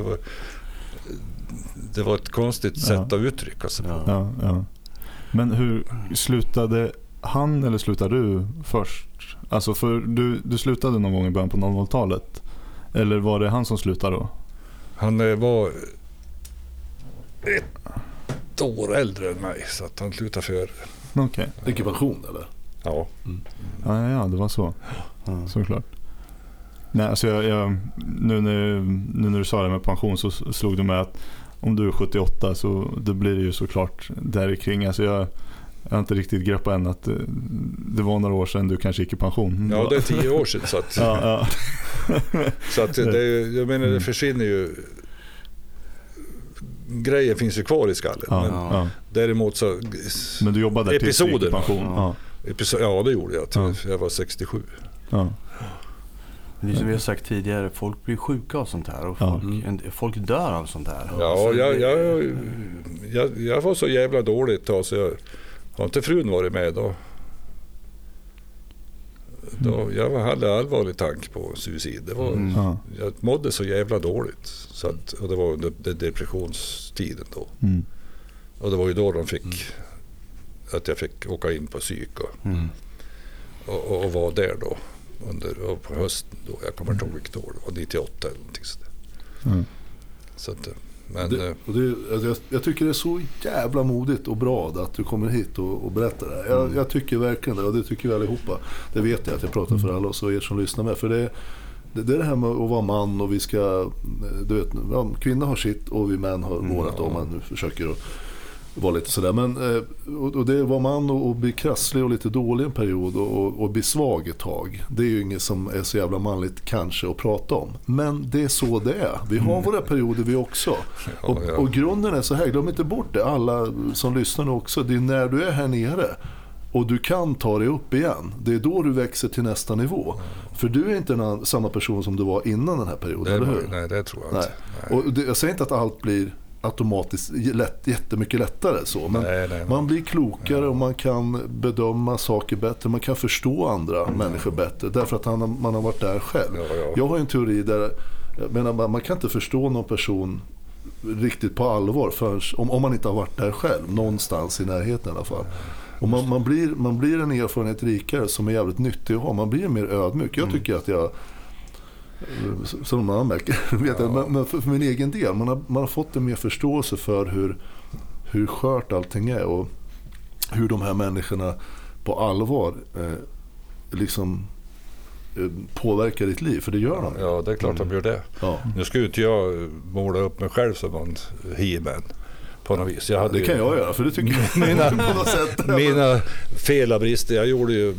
Det var ett konstigt sätt att uttrycka sig på. Ja. Men hur slutade han eller slutade du först? Alltså för du slutade någon gång i början på 00-talet. Eller var det han som slutade då? Han var ett år äldre än mig, så att han slutade för. Okej. Gick i pension eller? Ja. Ja, det var så. Såklart. Nej, alltså nu när du sa det med pension, så slog det mig att om du är 78 så då blir det ju såklart där kring. Alltså jag har inte riktigt greppat än att det var några år sedan du kanske gick i pension. Ja, det är 10 år sedan. Så att, så att jag menar, det försvinner ju. Grejen finns ju kvar i skallen. Men däremot så... Men du jobbade där tills du gick i pension? Ja, det gjorde jag. Jag var 67. Ja. Det är som vi har sagt tidigare, folk blir sjuka av sånt här. Och folk dör av sånt här. Ja, jag var så jävla dåligt då, så jag har inte frun varit med då. Jag hade allvarlig tanke på suicid. Det var, jag mådde så jävla dåligt. Så att, och det var under depressionstiden då. Och det var ju då de fick att jag fick åka in på psyk och vara där då. Och på hösten då, jag kommer inte ihåg vilket år, det var 98 eller någonting sådär. Så att, men jag tycker det är så jävla modigt och bra att du kommer hit och berättar det här. Jag tycker verkligen det, och det tycker vi allihopa. Det vet jag att jag pratar för alla oss och er som lyssnar med. För det är det här med att vara man, och vi ska, du vet, kvinnor har sitt och vi män har vårat, om man nu försöker var lite sådär. Men, och det var man att bli krasslig och lite dålig en period och bli svag ett tag. Det är ju inget som är så jävla manligt kanske att prata om. Men det är så det är. Vi har våra perioder vi också. Och grunden är så här, glöm inte bort det. Alla som lyssnar nu också, det är när du är här nere och du kan ta dig upp igen. Det är då du växer till nästa nivå. För du är inte samma person som du var innan den här perioden, eller hur? Nej, det tror jag inte. Nej. Och jag säger inte att allt blir automatiskt jättemycket lättare så, men man blir klokare och man kan bedöma saker bättre, man kan förstå andra människor bättre därför att man har varit där själv. Jag har en teori där jag menar, man kan inte förstå någon person riktigt på allvar förrän, om man inte har varit där själv någonstans i närheten i alla fall. Och man blir en erfarenhet rikare som är jävligt nyttig att ha. Man blir mer ödmjuk. Jag tycker att jag, som man märker, men för min egen del, man har fått en mer förståelse för hur skört allting är och hur de här människorna på allvar liksom påverkar ditt liv, för det gör de. Ja, det är klart de gör det. Ja. Nu ska ju inte jag måla upp mig själv som en he-man på något vis. Det kan jag göra, för det tycker jag på något sätt. Mina fel och brister, jag gjorde ju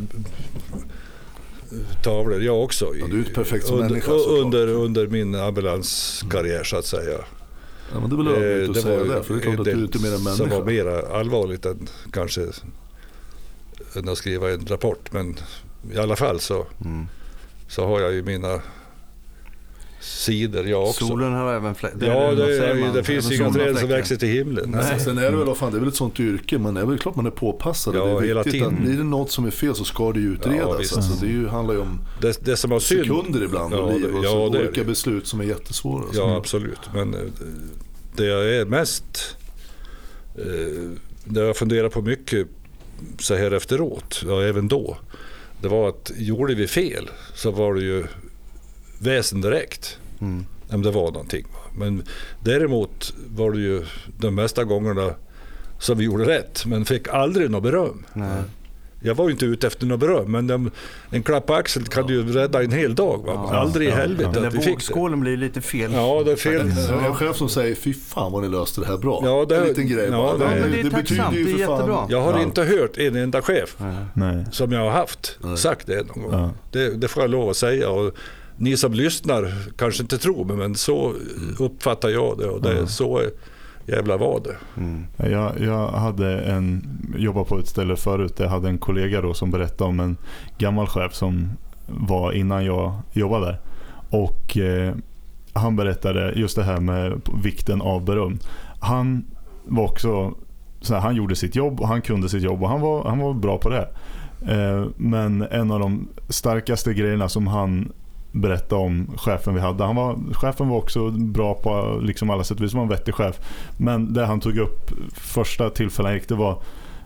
tavlor jag också du är ett perfekt som människa, under min ambulanskarriär så att säga. Ja, men det är väl övrigt att säga det, för det är klart att du är inte mer en människa. Som var mer allvarligt än kanske än att skriva en rapport, men i alla fall så har jag ju mina sidor jag också. Solen har även det finns ju inga träd som växer till himlen. Nej. Sen är det väl, fan, det är väl ett sånt yrke, men det är väl klart man är påpassad. Ja, det är hela viktigt tiden. Att, är det något som är fel så ska det ju utredas. Alltså, det handlar ju om det som har sekunder ibland och liv och olika beslut som är jättesvåra. Alltså. Ja, absolut. Men det jag är mest det jag funderar på mycket så här efteråt, ja, även då, det var att gjorde vi fel så var det ju väsen direkt om det var någonting. Men däremot var det ju de mesta gångerna som vi gjorde rätt, men fick aldrig något beröm. Nej. Jag var ju inte ute efter något beröm, men en klapp på axeln kan ju rädda en hel dag. Va? Aldrig i helvete. Den där vågskålen blir lite fel. Ja, det är fel. En chef som säger, fy fan vad ni löste det här bra. Ja, det är en liten grej. Ja, men det betyder ju för jättebra. Jag har inte hört en enda chef som jag har haft sagt det någon gång. Det får jag lov att säga. Och ni som lyssnar kanske inte tror mig, men så uppfattar jag det. Och det är så jävla var det. Jag hade jobbat på ett ställe förut. Jag hade en kollega då som berättade om en gammal chef som var innan jag jobbade där. Och han berättade just det här med vikten av beröm. Han var också så här, han gjorde sitt jobb och han kunde sitt jobb och han var bra på det. Men en av de starkaste grejerna som han berätta om chefen vi hade. Chefen var också bra på liksom alla sätt. Vi var en vettig chef. Men det han tog upp första tillfällen gick, det var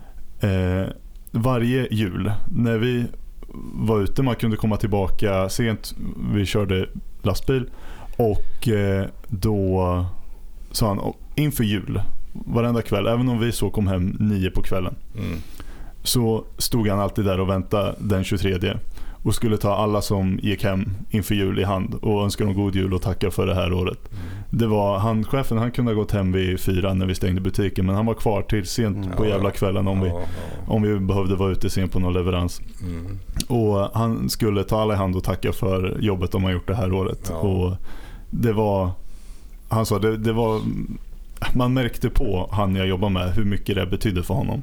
varje jul när vi var ute, man kunde komma tillbaka sent, vi körde lastbil och då sa han inför jul varenda kväll, även om vi så kom hem 9 på kvällen så stod han alltid där och väntade den 23 och skulle ta alla som gick hem inför jul i hand och önska dem god jul och tacka för det här året. Det var chefen, han kunde ha gått hem vid 4 när vi stängde butiken, men han var kvar till sent på jävla kvällen om vi behövde vara ute sent på någon leverans. Och han skulle ta alla i hand och tacka för jobbet de har gjort det här året. Och det var, han sa det var, man märkte på han jag jobbar med hur mycket det betyder för honom.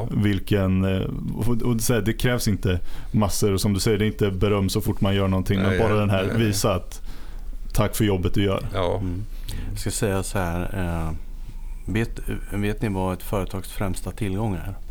Och det krävs inte massor, som du säger, det är inte beröm så fort man gör någonting, men bara den här visa att tack för jobbet du gör. Jag ska säga så här, vet ni vad ett företags främsta tillgångar är?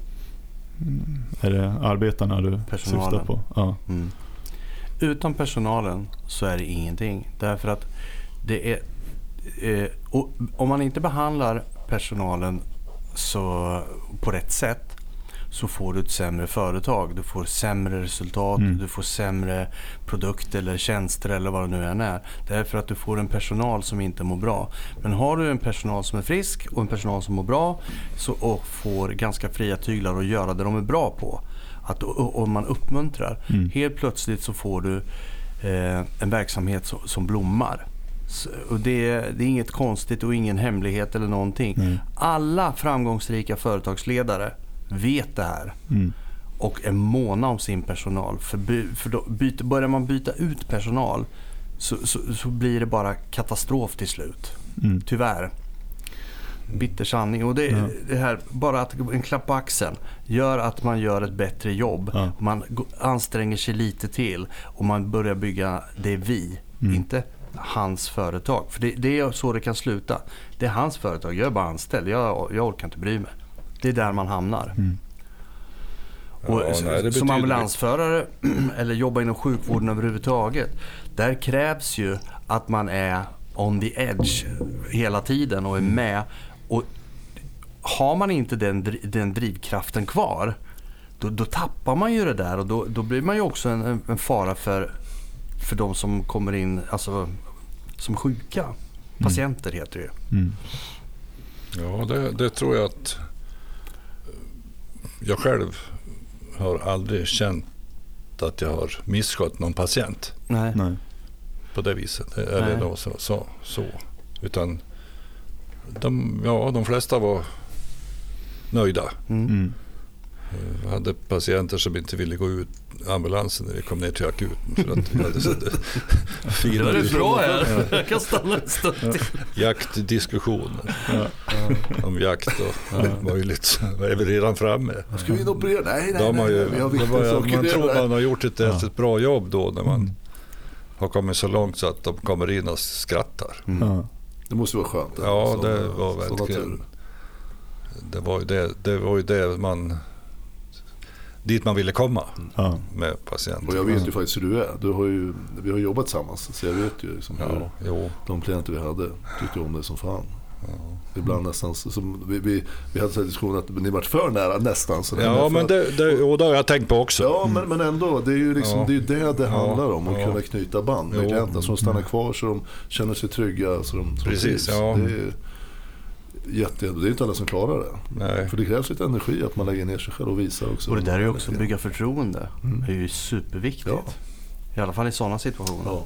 Är det arbetarna du syftar på? Ja. Utan personalen så är det ingenting, därför att det är och om man inte behandlar personalen så på rätt sätt så får du ett sämre företag, du får sämre resultat, du får sämre produkter eller tjänster eller vad det nu än är. Därför att du får en personal som inte mår bra. Men har du en personal som är frisk och en personal som mår bra och får ganska fria tyglar att göra det de är bra på, och man uppmuntrar, helt plötsligt så får du en verksamhet som blommar. Och det är inget konstigt och ingen hemlighet eller någonting. Alla framgångsrika företagsledare vet det här. Och är måna om sin personal. För då börjar man byta ut personal så blir det bara katastrof till slut. Tyvärr. Bitter sanning. Och det här, bara att en klapp på axeln gör att man gör ett bättre jobb. Man anstränger sig lite till och man börjar bygga det inte hans företag. För det är så det kan sluta. Det är hans företag, jag är bara anställd. Jag orkar inte bry mig. Det är där man hamnar. Och som ambulansförare eller jobba inom sjukvården överhuvudtaget, där krävs ju att man är on the edge hela tiden och är med. Och har man inte den drivkraften kvar, då tappar man ju det där, och då blir man ju också en fara för de som kommer in, alltså som sjuka. Patienter heter det ju. Ja, det tror jag att jag själv har aldrig känt att jag har misskött någon patient. Nej. På det viset. Eller då så. Utan de flesta var nöjda. Jag hade patienter som inte ville gå ut ambulansen när vi kom ner till akuten. För att vi hade det var det bra här. Jag kan stanna en stund till. Jaktdiskussioner om jakt och möjligt. Är vi redan framme? Ska vi operera? Nej. Man tror man har gjort ett bra jobb då när man har kommit så långt så att de kommer in och skrattar. Det måste vara skönt. Ja, det var verkligen. Det var ju det man dit man ville komma med patienter. Och jag vet ju faktiskt hur du är. Vi har jobbat tillsammans, så jag vet ju liksom hur de klienter vi hade tyckte om det som fan. Ibland nästan som vi hade så diskussion att ni varit för nära nästan. Så men det har jag tänkt på också. Ja, men ändå, det är ju liksom, det är det handlar om, att kunna knyta band med klienterna, så de stannar kvar, så de känner sig trygga, så de precis, det är det är inte alla som klarar det. Nej. För det krävs lite energi att man lägger ner sig själv och visar också. Och det där är ju också att bygga förtroende. Det är ju superviktigt. I alla fall i sådana situationer.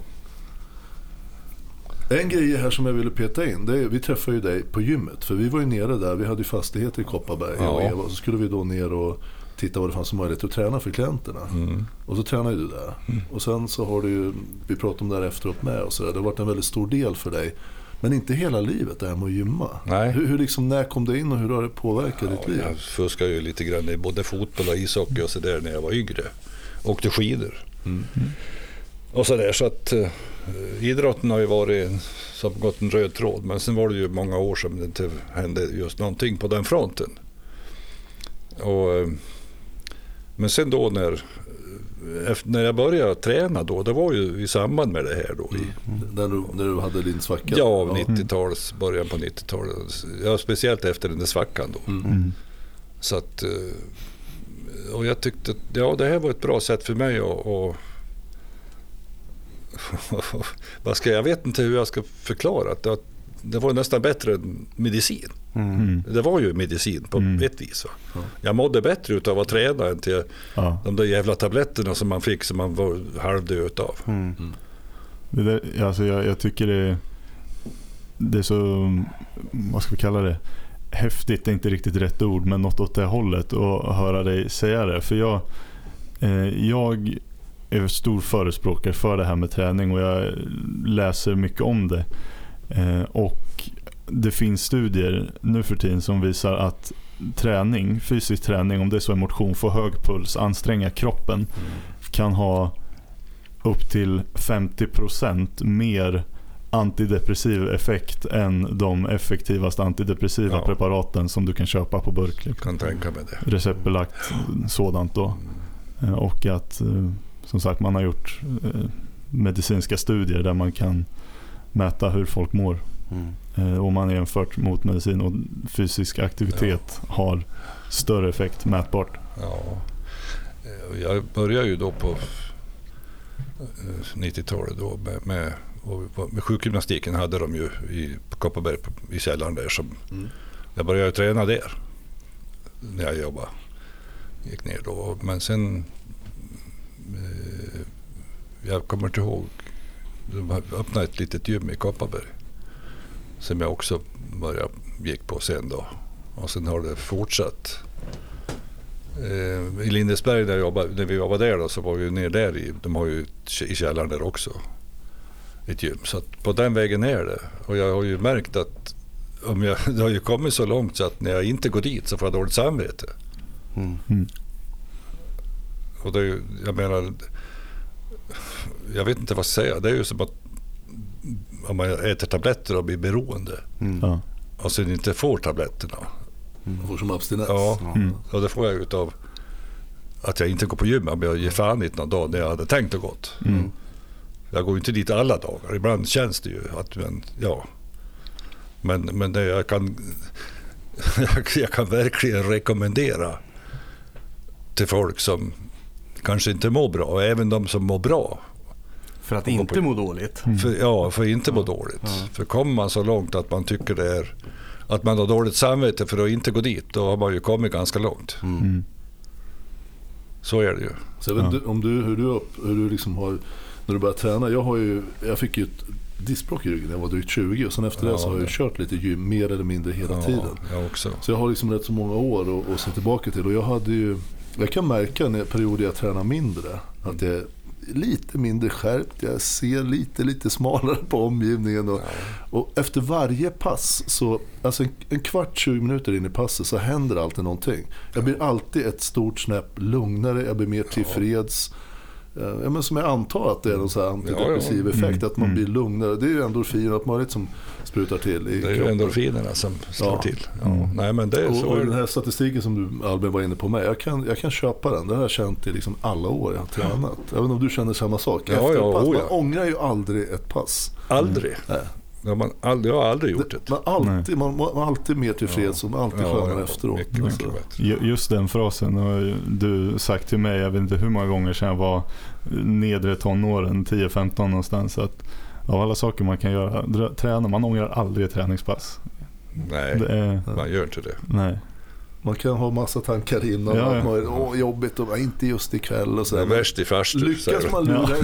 En grej här som jag ville peta in, det är, vi träffade ju dig på gymmet, för vi var ju nere där, vi hade ju fastigheter i Kopparberg och Eva, och så skulle vi då ner och titta vad det fanns som möjlighet att träna för klienterna. Och så tränade du där. Och sen så har du ju, vi pratade om det här efteråt med, och så där. Det har varit en väldigt stor del för dig. Men inte hela livet det här med att gymma. Nej. Hur liksom, när kom det in och hur har det påverkat ditt liv? Jag fuskade ju lite grann i både fotboll och ishockey och så där när jag var yngre. Åkte skidor. Och så där, så att idrotten har ju varit som gått en röd tråd, men sen var det ju många år som det inte hände just någonting på den fronten. Men sen då när jag började träna då, det var ju i samband med det här då. När du hade din svacka? Ja, 90-tals, början på 90-talet. Ja, speciellt efter den där svackan då. Så att, och jag tyckte att det här var ett bra sätt för mig att jag vet inte hur jag ska förklara att det var nästan bättre än medicin. Det var ju medicin på ett vis. Jag mådde bättre utav att träna än till de där jävla tabletterna som man fick, som man var halvdöd utav. Det där, alltså jag tycker det är så, vad ska vi kalla det, häftigt är inte riktigt rätt ord, men något åt det hållet, och höra dig säga det. För jag är stor förespråkare för det här med träning, och jag läser mycket om det. Och det finns studier nu för tiden som visar att fysisk träning, om det är så motion, får hög puls, anstränga kroppen, kan ha upp till 50% mer antidepressiv effekt än de effektivaste antidepressiva preparaten som du kan köpa på burk. Jag kan tänka mig det. Receptbelagt sådant då. Och att som sagt, man har gjort medicinska studier där man kan mäta hur folk mår. Och man har jämfört mot medicin, och fysisk aktivitet har större effekt mätbart. Ja. Jag började ju då på 90-talet då med sjukgymnastiken hade de ju på Kopparberg i källaren där, som jag började träna där när jag jobbade. Gick ner då, men sen jag kommer inte ihåg De öppnade ett litet gym i Kopparberg som jag också gick på sen då. Och sen har det fortsatt. I Lindesberg när vi jobbade där då, så var vi ner där de har ju i källaren där också ett gym. Så att på den vägen är det. Och jag har ju märkt att det har ju kommit så långt så att när jag inte går dit så får jag dåligt samvete. Och det är ju, jag menar, jag vet inte vad jag ska säga. Det är ju som att om man äter tabletter och blir beroende och sen inte får tabletterna. Man får som abstinens. Ja, och det får jag utav att jag inte går på gym. Jag ger fan inte någon dag när jag hade tänkt och gått. Jag går ju inte dit alla dagar. Ibland känns det ju att men det jag kan verkligen rekommendera till folk som kanske inte mår bra, och även de som mår bra. För att inte må dåligt. För inte må dåligt. För kommer man så långt att man tycker det är att man har dåligt samvete för att inte gå dit, då har man ju kommit ganska långt. Så är det ju. Så jag vet inte hur du liksom har, när du börjar träna. Jag fick ju ett diskbråck i ryggen när jag var drygt 20, och sen efter det så har jag kört lite gym mer eller mindre hela tiden. Jag också. Så jag har liksom rätt så många år att se tillbaka till, och jag kan märka när perioder jag tränar mindre att det är lite mindre skärpt, jag ser lite smalare på omgivningen och efter varje pass så, alltså en kvart 20 minuter in i passet så händer alltid någonting. Jag blir alltid ett stort snäpp lugnare, jag blir mer tillfreds. Men som jag antar att det är någon så här antidepressiv effekt, att man blir lugnare. Det är ju endorfin, att man liksom sprutar till i det är ju endorfinerna som slår till. Nej, men det är så. Och den här statistiken som du, Albin, var inne på mig, jag kan köpa den. Det har jag känt i liksom alla år jag har tränat. Även om du känner samma sak. Efter pass, man ångrar ju aldrig ett pass. Aldrig. Jag har aldrig gjort det. Man är alltid mer tillfreds och man är alltid skönare efteråt. Just den frasen har du sagt till mig, jag vet inte hur många gånger sedan jag var nedre tonåren, 10-15 någonstans, att av alla saker man kan göra, träna, man ångrar aldrig ett träningspass. Nej, man gör inte det. Nej. Man kan ha massa tankar innan att man är jobbigt och inte just ikväll och så. Det är värst i farstu. Lyckas man lura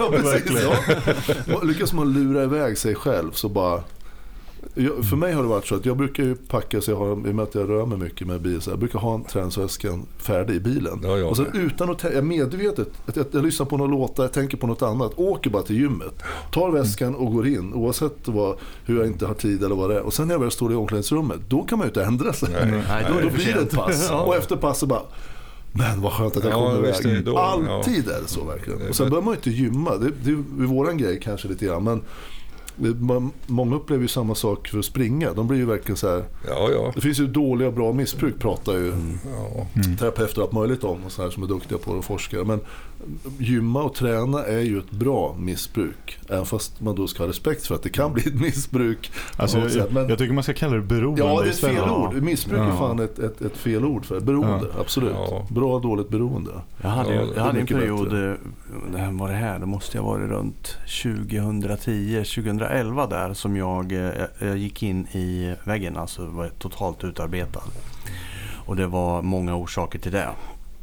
iväg, lyckas man lura iväg sig själv så bara. För mig har det varit så att jag brukar ju packa, så jag har, i och med att jag rör mig mycket med bil, så jag brukar ha en träningsväskan färdig i bilen. Och sen utan att jag medvetet att jag lyssnar på någon låta, jag tänker på något annat, åker bara till gymmet, tar väskan och går in, oavsett hur jag inte har tid eller vad det är. Och sen när jag väl står i omklädningsrummet, då kan man ju inte ändra sig. Då blir det ett pass. Och efter passet bara, men vad skönt att jag kommer iväg. Alltid är det så verkligen. Och sen bör man ju inte gymma. Det är våran grej kanske lite grann, men många upplever ju samma sak för att springa. De blir ju verkligen så här. Det finns ju dåliga och bra missbruk, pratar ju terapeuter allt möjligt om och så här som är duktiga på och forskare. Men gymma och träna är ju ett bra missbruk, även fast man då ska ha respekt för att det kan bli ett missbruk. Alltså, jag tycker man ska kalla det beroende. Ja, det är ett fel ord. Missbruk är fan ett fel ord för det. Beroende, absolut. Bra och dåligt beroende. Jag hade en period, var det här? Det måste ha varit runt 2010-2011 där som jag gick in i väggen, alltså var totalt utarbetad. Och det var många orsaker till det.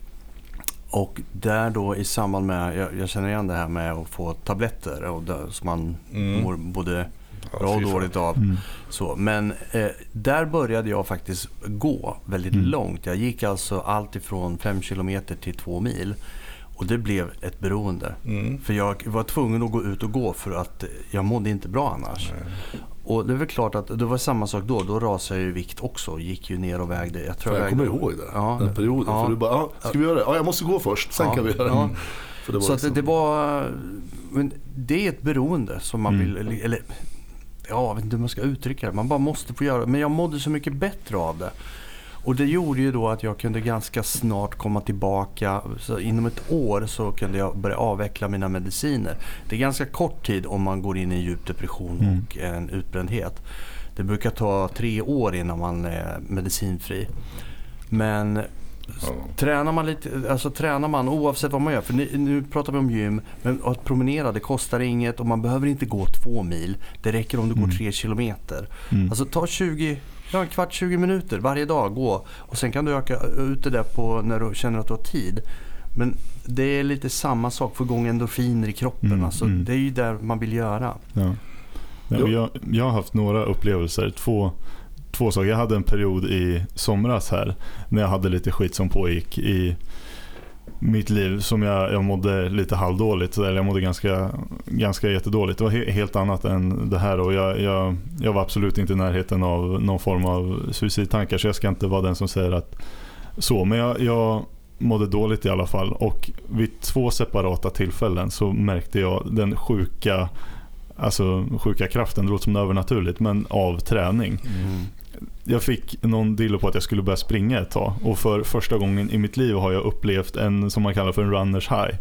Och där då i samband med, jag känner igen det här med att få tabletter och där, som man mår både bra och dåligt av. Så, men där började jag faktiskt gå väldigt långt. Jag gick alltså allt ifrån 5 kilometer till 2 mil. Och det blev ett beroende. För jag var tvungen att gå ut och gå för att jag mådde inte bra annars. Och det är väl klart att det var samma sak då. Då rasade jag i vikt också. Gick ju ner och vägde. Jag kommer ihåg det. Den perioden. För du bara, ska vi göra det? Ja, jag måste gå först. Sen kan vi göra det. För det var så liksom. Det var... Men det är ett beroende som man vill... Eller, jag vet inte hur man ska uttrycka det. Man bara måste få göra det. Men jag mådde så mycket bättre av det. Och det gjorde ju då att jag kunde ganska snart komma tillbaka. Så inom ett år så kunde jag börja avveckla mina mediciner. Det är ganska kort tid om man går in i en djup depression och en utbrändhet. Det brukar ta 3 år innan man är medicinfri. Men tränar man oavsett vad man gör. För nu pratar vi om gym. Men att promenera, det kostar inget och man behöver inte gå 2 mil. Det räcker om du går 3 kilometer. Alltså ta en kvart 20 minuter varje dag gå. Och sen kan du öka ut det där på när du känner att du har tid. Men det är lite samma sak, få igång endorfiner i kroppen. Alltså, det är ju där man vill göra. Ja. Jag har haft några upplevelser. Två saker. Jag hade en period i somras här när jag hade lite skit som pågick i mitt liv som jag mådde lite halvdåligt, eller jag mådde ganska jättedåligt. Det var helt annat än det här, och jag var absolut inte i närheten av någon form av suicidtankar, så jag ska inte vara den som säger att så, men jag mådde dåligt i alla fall, och vid 2 separata tillfällen så märkte jag den sjuka kraften, det låter som övernaturligt, men av träning. Jag fick någon dillo på att jag skulle börja springa ett tag, och för första gången i mitt liv har jag upplevt en som man kallar för en runners high.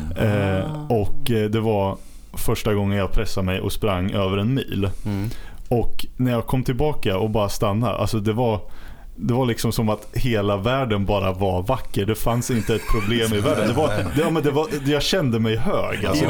Och det var första gången jag pressade mig och sprang över 1 mil. Och när jag kom tillbaka och bara stannade, alltså det var liksom som att hela världen bara var vacker. Det fanns inte ett problem i världen. Jag kände mig hög. Alltså,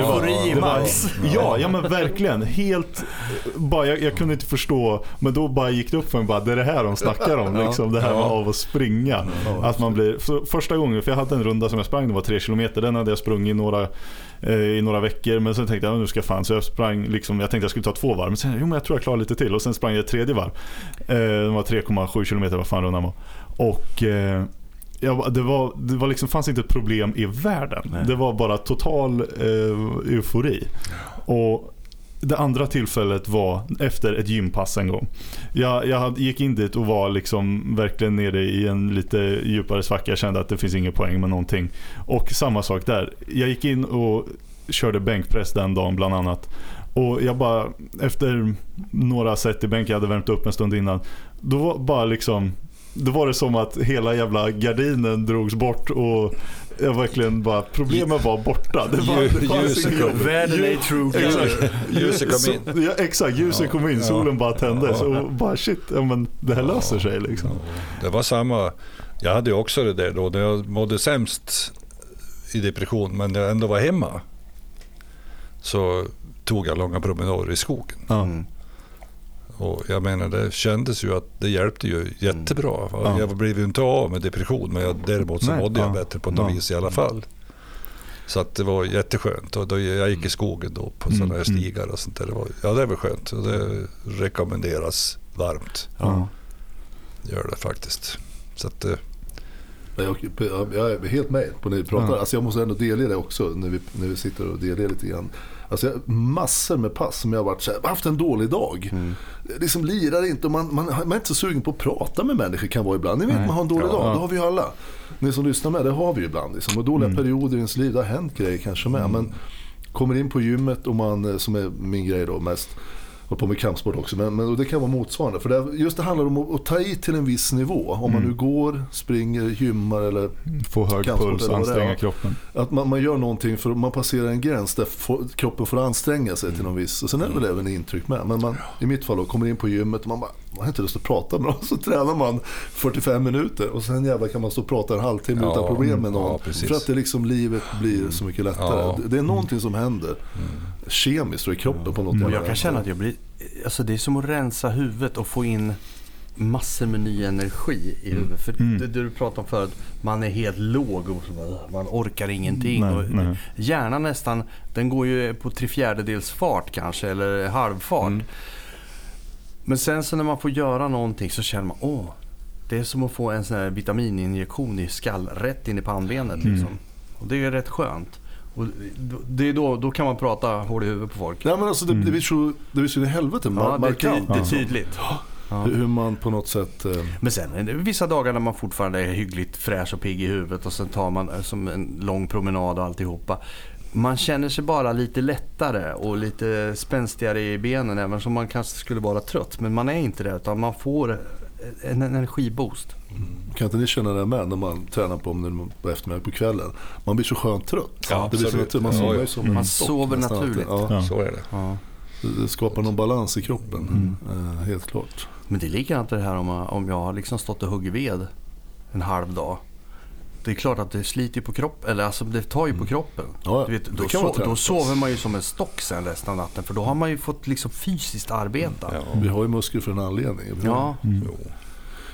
ja, men verkligen. Helt, bara, jag kunde inte förstå, men då bara gick det upp för mig, bara, det är det här de snackar om. Liksom, det här med av att springa. Att man blir, första gången, för jag hade en runda som jag sprang, det var 3 kilometer. Den hade jag sprungit i några veckor, men sen tänkte jag nu ska jag fan, så jag sprang liksom, jag tänkte jag skulle ta 2 varv, men sen men jag tror jag klarar lite till, och sen sprang jag ett 3:e varv. Det var 3,7 kilometer, vad fan rundan var. Och det var liksom, fanns inte ett problem i världen. Nej. Det var bara total eufori. Och det andra tillfället var efter ett gympass en gång. Jag gick in dit och var liksom verkligen nere i en lite djupare svacka. Jag kände att det finns ingen poäng med någonting. Och samma sak där. Jag gick in och körde bänkpress den dagen bland annat. Och jag bara, efter några set i bänk, jag hade värmt upp en stund innan, då var bara liksom, då var det som att hela jävla gardinen drogs bort, och jag verkligen bara, problemet var borta. Världen är true. Ljuset kom in. Ja, exakt, ljuset kom in, solen bara tändes, och bara shit, ja, men det här löser sig liksom. Det var samma, jag hade ju också det där då, när jag mådde sämst i depression, men jag ändå var hemma, så tog jag långa promenader i skogen. Och jag menar, det kändes ju att det hjälpte ju jättebra. Jag blev ju inte av med depression, men däremot så mådde jag bättre på något vis i alla fall. Så att det var jätteskönt. Och jag gick i skogen då på sådana här stigar och sånt där. Det var skönt. Och det rekommenderas varmt. Gör det faktiskt. Så att jag är helt med på när vi pratar. Alltså jag måste ändå delge det också när vi sitter och delger lite grann. Alltså massor med pass som jag har varit så här, haft en dålig dag. Liksom lirar inte, och man är inte så sugen på att prata med människor, kan vara ibland. Ni vet, man har en dålig dag, det har vi ju alla. Ni som lyssnar med, det har vi ju ibland. Liksom. Och dåliga perioder i ens liv, det har hänt grejer kanske med. Men kommer in på gymmet och man, som är min grej då mest, och på med kampsport också, men det kan vara motsvarande, för det handlar om att ta i till en viss nivå. Om man nu går, springer, gymmar eller få hög puls, anstränga kroppen. Att man gör någonting, för man passerar en gräns där kroppen får anstränga sig till någon viss, och sen är det väl även intryck med. Men man, i mitt fall då, kommer in på gymmet och man har inte lust att prata med någon, så tränar man 45 minuter och sen jävlar kan man stå och prata en halvtimme utan problem med någon, för att det liksom, livet blir så mycket lättare. Det är någonting som händer kemiskt och i kroppen på något sätt. Jag kan känna att jag blir, alltså det är som att rensa huvudet och få in massor med ny energi i huvudet. För det du pratade om förut, man är helt låg och man orkar ingenting. Nej. Hjärnan nästan, den går ju på 3/4 fart kanske, eller halvfart. Men sen så när man får göra någonting så känner man, det är som att få en sån här vitamininjektion i skall rätt in i pannbenet liksom. Och det är rätt skönt. Och det är då kan man prata hål i huvudet på folk. Ja, men alltså det visar ju i helvete. Det är tydligt. Hur man på något sätt... Men sen är det vissa dagar när man fortfarande är hyggligt fräsch och pigg i huvudet, och sen tar man som en lång promenad och alltihopa. Man känner sig bara lite lättare och lite spänstigare i benen, även som man kanske skulle vara trött. Men man är inte det, utan man får en energiboost. Kan inte ni känna det med när man tränar på eftermiddag på kvällen? Man blir så skönt trött. Ja, det blir så, man sover naturligt. Så är det. Ja. Det skapar någon balans i kroppen, helt klart. Men det är likadant det här om jag har liksom stått och huggit ved en halv dag. Det är klart att det sliter på kroppen, eller alltså det tar ju på kroppen. Ja, du vet, då sover man ju som en stock sen resten av natten, för då har man ju fått liksom fysiskt arbeta. Vi har ju muskler för en anledning.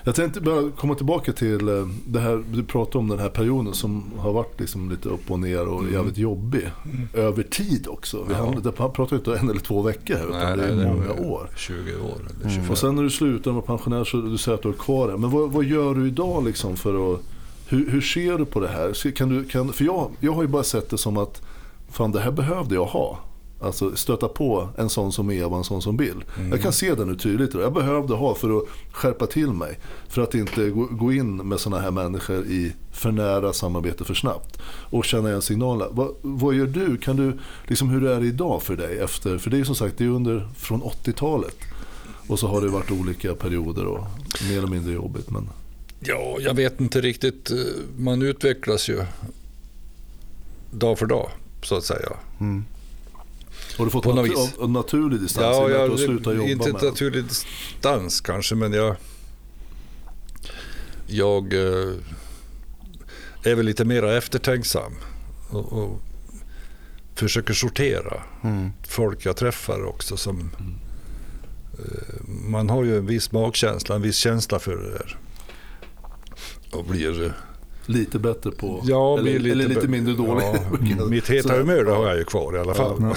Jag tänkte bara komma tillbaka till det här, du pratade om den här perioden som har varit liksom lite upp och ner och jävligt jobbig. Över tid också. Vi pratar inte 1 eller 2 veckor här, utan det är många år. 20 år eller 25. Och sen när du slutar med pensionär så du säger att du är kvar här. Men vad gör du idag liksom för att... Hur ser du på det här? För jag har ju bara sett det som att fan, det här behövde jag ha. Alltså stöta på en sån som Eva och en sån som Bill. Jag kan se det nu tydligt. Jag behövde ha för att skärpa till mig. För att inte gå in med såna här människor i för nära samarbete för snabbt. Och känna igen signaler. Vad gör du? Kan du liksom, hur är det idag för dig? För det är ju som sagt, det är från 80-talet. Och så har det varit olika perioder och mer eller mindre jobbigt. Men... Ja, jag vet inte riktigt. Man utvecklas ju dag för dag, så att säga. Har du fått en naturlig distans? Ja, du slutar jobba inte med naturlig distans kanske, men jag är väl lite mer eftertänksam och försöker sortera folk jag träffar också. Man har ju en viss magkänsla, en viss känsla för det där. Och blir... Lite bättre på... Ja, eller lite mindre dålig. Ja, mitt heta humör det har jag ju kvar i alla fall.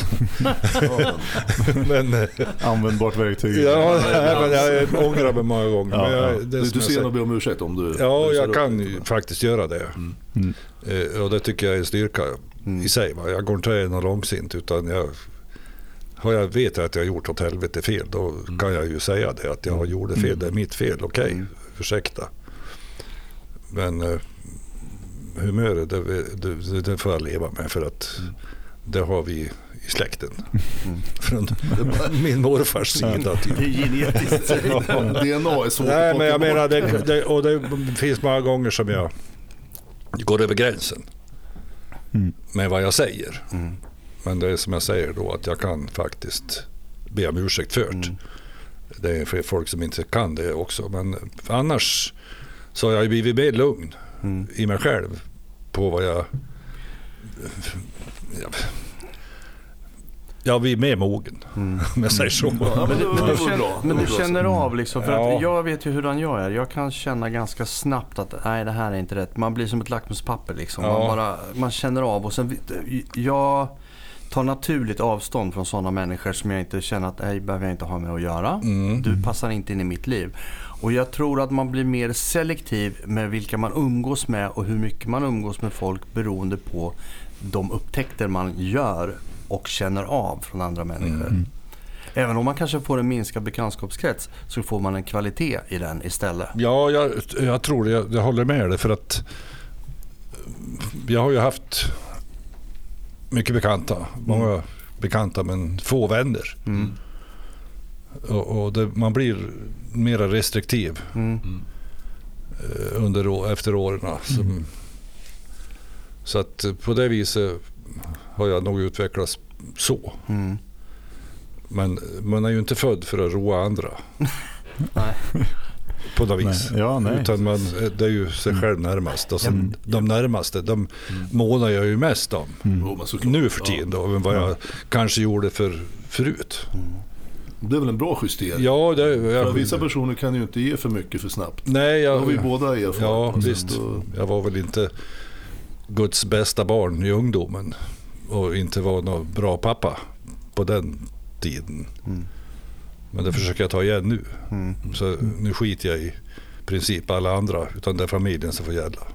Men, användbart verktyg. Ja, men jag ångrar mig många gånger. Men du ser nog be om ursäkt om du... Ja, jag kan ju faktiskt göra det. Och det tycker jag är styrka i sig. Jag går inte någon långsint, utan jag vet att jag har gjort åt helvete fel. Då kan jag ju säga det, att jag har gjort det fel. Det är mitt fel, okej. Ursäkta. Men humöret, det får jag leva med, för att det har vi i släkten. Från min morfars sida. Typ. Det är genetiskt. DNA är svårt. Nej, men jag menar, det finns många gånger som jag går över gränsen med vad jag säger. Men det är som jag säger då, att jag kan faktiskt be om ursäkt först. Det är för folk som inte kan det också. Men annars så har jag blivit mer lugn i mig själv på vad jag blir mer mogen, om jag säger så. Men du känner av liksom, för att jag vet ju hur jag är. Jag kan känna ganska snabbt att nej, det här är inte rätt. Man blir som ett lackmuspapper liksom. Man känner av, och sen jag tar naturligt avstånd från sådana människor som jag inte känner att behöver jag inte ha med att göra. Du passar inte in i mitt liv. Och jag tror att man blir mer selektiv med vilka man umgås med och hur mycket man umgås med folk, beroende på de upptäckter man gör och känner av från andra människor. Även om man kanske får en minskad bekantskapskrets, så får man en kvalitet i den istället. Ja, jag tror jag håller med dig, för att jag har ju haft mycket bekanta, många bekanta, men få vänner. Och man blir mer restriktiv efter åren. Så att på det viset har jag nog utvecklats så. Men man är ju inte född för att roa andra. Nej. På något vis. Nej. Utan det är ju sig själv närmast. Och sen, de närmaste, de månar jag ju mest om. Nu för tiden då, än vad jag kanske gjorde förut. Det är väl en bra justering? Ja, vissa personer kan ju inte ge för mycket för snabbt. Nej, det har vi båda erfarit. Ja, visst. Jag var väl inte Guds bästa barn i ungdomen och inte var någon bra pappa på den tiden. Men det försöker jag ta igen nu. Så nu skiter jag i princip alla andra, utan det är familjen som får gälla.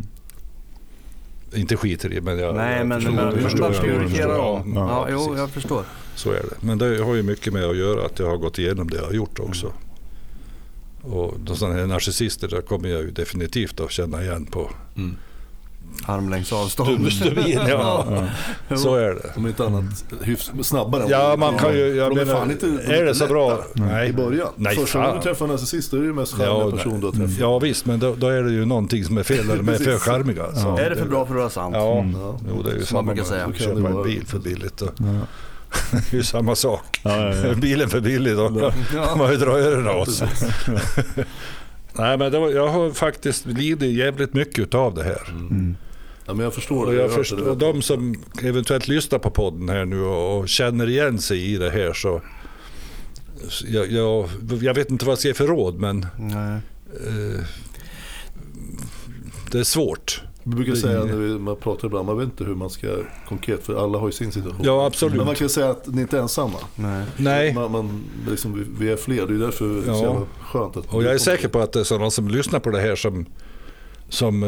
Inte skiter i, men jag förstår. Jag förstår. Så är det. Men det har ju mycket med att göra att jag har gått igenom det jag har gjort också. Och de sådana här narcissister, där kommer jag ju definitivt att känna igen på armlängds avstånd. Så är det. Om inte annat snabbare. Ja, man kan ju, jag menar, är det så bra? Nej. I början. Nej, första gången du träffar en narcissist, då är det ju mest charmiga person du har träffat. Ja visst, men då är det ju någonting som är fel, eller de är för charmiga. Ja. Är det för bra för att vara sant? Ja, det är ju samma man säga. Köpa en bil för billigt. Det är ju samma sak. Bilen för billigt, då kan man ju dra öronen åt sig. Nej, men jag har faktiskt lidit jävligt mycket av det här. Ja, men jag förstår det. Och de som eventuellt lyssnar på podden här nu och känner igen sig i det här, så jag vet inte vad jag ska ge för råd, men det är svårt. Vi brukar säga när man pratar ibland, man vet inte hur man ska konkret, för alla har ju sin situation. Ja, absolut. Men man kan säga att ni inte är ensamma. Nej. Vi är fler, det är därför det är så jävla skönt. Och jag är säker på att det är sådana som lyssnar på det här som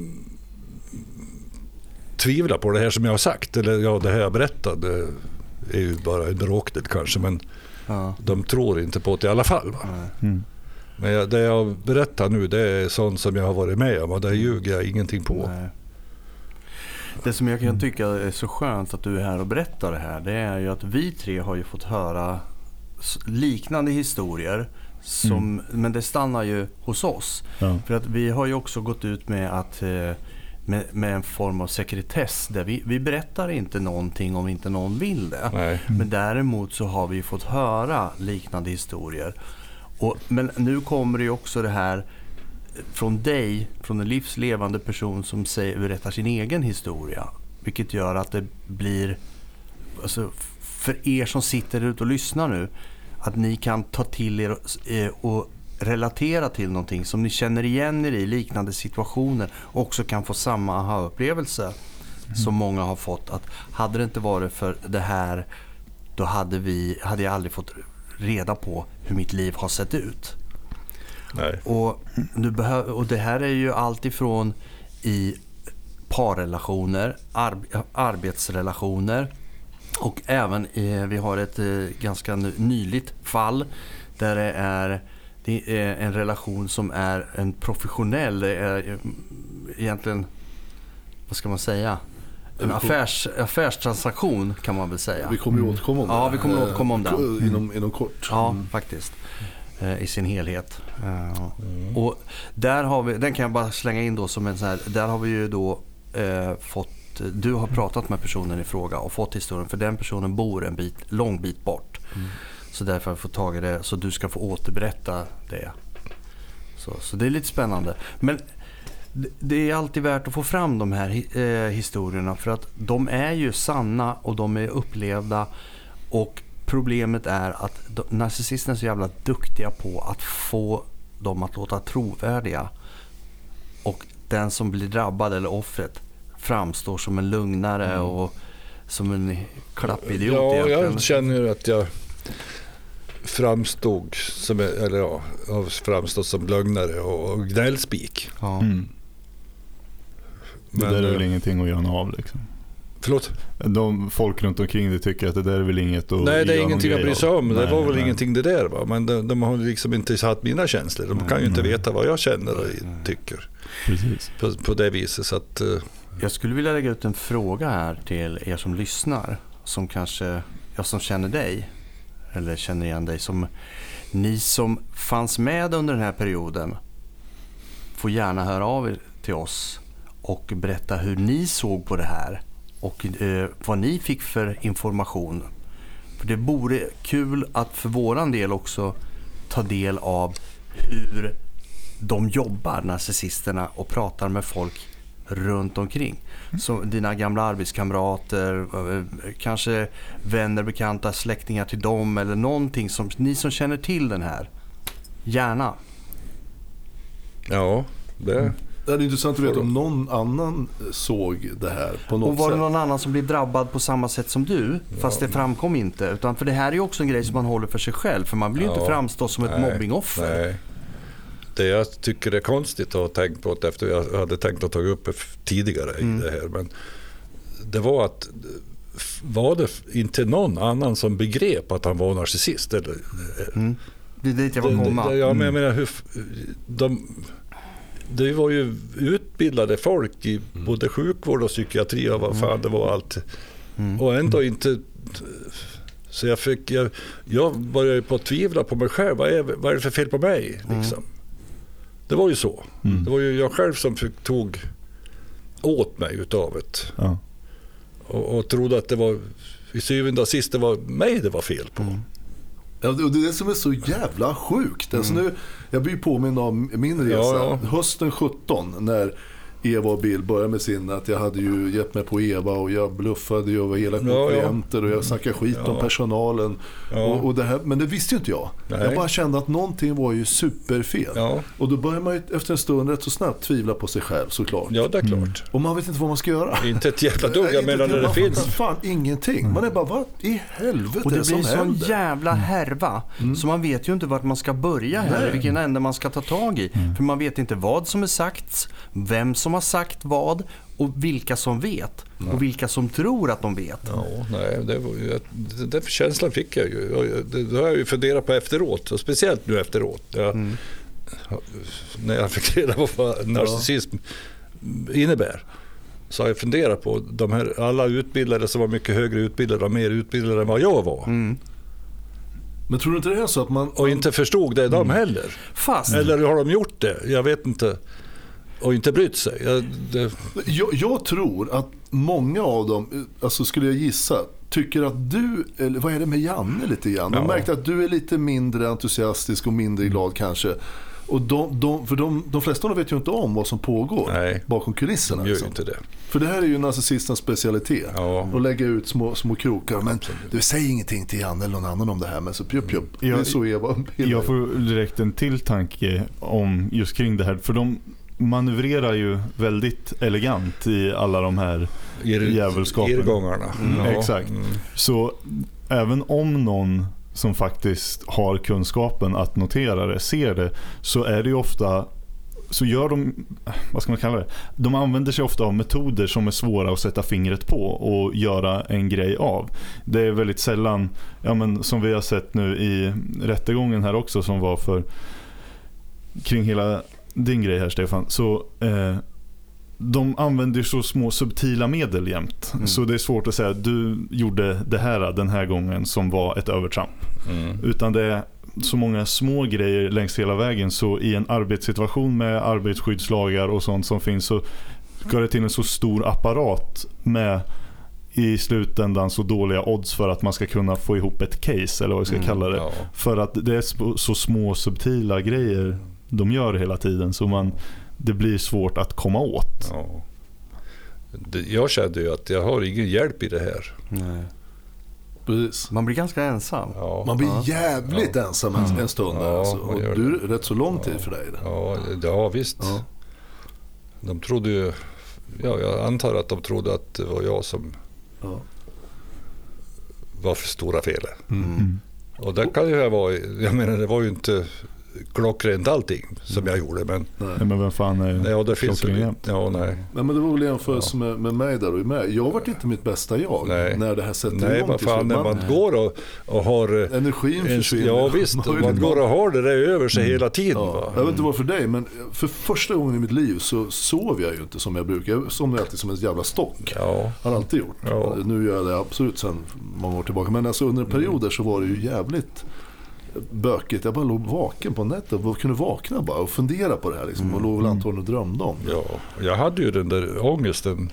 tvivlar på det här som jag har sagt. Eller det här jag berättade är ju bara en bråkdel kanske, men de tror inte på det i alla fall. Va? Men det jag berättar nu, det är sånt som jag har varit med om, och det ljuger jag ingenting på. Nej. Det som jag kan tycka är så skönt att du är här och berättar det här, det är ju att vi tre har ju fått höra liknande historier men det stannar ju hos oss. För att vi har ju också gått ut med att med en form av sekretess där vi berättar inte någonting om inte någon vill det. Nej. Men däremot så har vi fått höra liknande historier. Men nu kommer det ju också det här från dig, från en livslevande person som berättar sin egen historia. Vilket gör att det blir, alltså, för er som sitter ute och lyssnar nu, att ni kan ta till er och relatera till någonting som ni känner igen er i liknande situationer, och också kan få samma aha-upplevelse som många har fått. Att hade det inte varit för det här, då hade jag aldrig fått reda på hur mitt liv har sett ut. Nej. Och det här är ju allt ifrån i parrelationer, arbetsrelationer, och även vi har ett ganska nyligt fall där det är en relation som är en professionell, egentligen, vad ska man säga, en affärstransaktion kan man väl säga. Vi kommer ju återkomma om det. Ja, vi kommer återkomma om den. Inom kort. Ja, faktiskt. I sin helhet. Och där har vi, den kan jag bara slänga in då som en sån här, där har vi ju då fått, du har pratat med personen i fråga och fått historien, för den personen bor en lång bit bort. Så därför har jag fått tag i det, så du ska få återberätta det. Så det är lite spännande. Men det är alltid värt att få fram de här historierna, för att de är ju sanna och de är upplevda, och problemet är att narcissisterna är så jävla duktiga på att få dem att låta trovärdiga, och den som blir drabbad eller offret framstår som en lugnare och som en klappidiot. Ja, egentligen. jag känner att jag framstod som lögnare och gnällspik. Ja. Det där är väl ingenting att göra av liksom. Förlåt? Folk runt omkring det tycker att det där är väl inget att Nej, det är ingenting att bry sig om. Det var väl nej. ingenting det där, va? Men de har liksom inte satt mina känslor. De kan ju inte veta vad jag känner och tycker. Precis. På det viset, så att... Jag skulle vilja lägga ut en fråga här till er som lyssnar, som kanske, som känner dig eller känner igen dig, som ni som fanns med under den här perioden får gärna höra av er till oss och berätta hur ni såg på det här och vad ni fick för information. För det vore kul att för våran del också ta del av hur de jobbar, narcissisterna, och pratar med folk runt omkring. Så dina gamla arbetskamrater, kanske vänner, bekanta, släktingar till dem, eller någonting som ni som känner till den här. Gärna. Ja, det... Det är intressant att veta om någon annan såg det här på något sätt. Och var det någon annan som blev drabbad på samma sätt som du? Fast det framkom inte. Utan för det här är ju också en grej som man håller för sig själv. För man vill ju inte framstå som ett mobbingoffer. Nej. Det jag tycker är konstigt att ha tänkt på, efter jag hade tänkt att ta upp det tidigare i det här. Men det var att, var det inte någon annan som begrep att han var narcissist? Eller? Det är dit jag var komma. Jag menar, det var ju utbildade folk i både sjukvård och psykiatri och vad fan det var allt. Och ändå inte... Så jag började på att tvivla på mig själv. Vad är det för fel på mig? Liksom. Det var ju så. Det var ju jag själv som tog åt mig utav det. Ja. Och trodde att det var i syvende och sist det var mig det var fel på. Ja, och det är det som är så jävla sjukt. Alltså nu, jag blir påminn om min resa hösten 17 när Eva och Bill började med sin att jag hade ju gett mig på Eva och jag bluffade, jag var elak mot klienter och jag snackade skit om personalen och det här, men det visste ju inte jag. Nej. Jag bara kände att någonting var ju superfel. Och då börjar man ju efter en stund rätt så snabbt tvivla på sig själv, såklart. Ja, det är klart. Och man vet inte vad man ska göra. Inte ett jävla dugg, jag menar när det finns. Fan, ingenting. Man är bara, vad i helvete och det som blir händer? sån jävla härva. Så man vet ju inte vart man ska börja här, vilken ände man ska ta tag i. För man vet inte vad som är sagt, vem som har sagt vad och vilka som vet och vilka som tror att de vet. Ja, nej, den känslan fick jag ju. Det har jag ju funderat på efteråt, och speciellt nu efteråt. När jag fick reda på vad narcissism innebär, så har jag funderat på de här alla utbildade som var mycket högre utbildade och mer utbildade än vad jag var. Men tror du inte det är så att man... Och inte förstod det de heller. Fast. Eller har de gjort det? Jag vet inte. Och inte brytt sig. Jag tror att många av dem, alltså skulle jag gissa, tycker att du, eller vad är det med Janne lite grann? De märkte att du är lite mindre entusiastisk och mindre glad kanske. Och de flesta av dem vet ju inte om vad som pågår bakom kulisserna. De gör ju inte det. För det här är ju narcissistens specialitet. Att lägga ut små krokar. Men du säger ingenting till Janne eller någon annan om det här. Men så pjup. Det är så Eva. Jag får direkt en till tanke om just kring det här. För de manövrerar ju väldigt elegant i alla de här djävulskapen. Irrgångarna. Exakt. Så även om någon som faktiskt har kunskapen att notera det, ser det, så är det ju ofta, så gör de, vad ska man kalla det? De använder sig ofta av metoder som är svåra att sätta fingret på och göra en grej av. Det är väldigt sällan, som vi har sett nu i rättegången här också, som var för kring hela din grej här, Stefan, så de använder så små subtila medel jämt. Så det är svårt att säga att du gjorde det här den här gången som var ett övertramp. Utan det är så många små grejer längs hela vägen, så i en arbetssituation med arbetsskyddslagar och sånt som finns, så ska det till en så stor apparat med i slutändan så dåliga odds för att man ska kunna få ihop ett case, eller vad vi ska kalla det. För att det är så små subtila grejer de gör hela tiden, så det blir svårt att komma åt. Jag kände ju att jag har ingen hjälp i det här. Nej. Precis. Man blir ganska ensam. Man blir jävligt ensam en stund. Alltså. Och du är rätt så lång tid för dig. Ja, visst. De trodde ju... jag antar att de trodde att det var jag som var för stora felet. Och det kan ju vara... Jag menar, det var ju inte klockrent allting som jag gjorde, men... Nej, men vem fan är det finns ju... Men det var väl jämförelse med mig där och med. Jag var inte mitt bästa jag när det här sätter igång till slut. När man går och har... Energin försvinner. Ja visst, man går och har det över sig hela tiden. Jag vet inte vad för dig, men för första gången i mitt liv så sov jag ju inte som jag brukar. Jag somnade alltid som en jävla stock. Har alltid gjort. Nu gör jag det absolut sen många år tillbaka. Men alltså under perioder så var det ju jävligt bökigt. Jag bara låg vaken på nätet och kunde vakna bara och fundera på det här liksom, och låg väl antagligen och drömde om. Ja, jag hade ju den där ångesten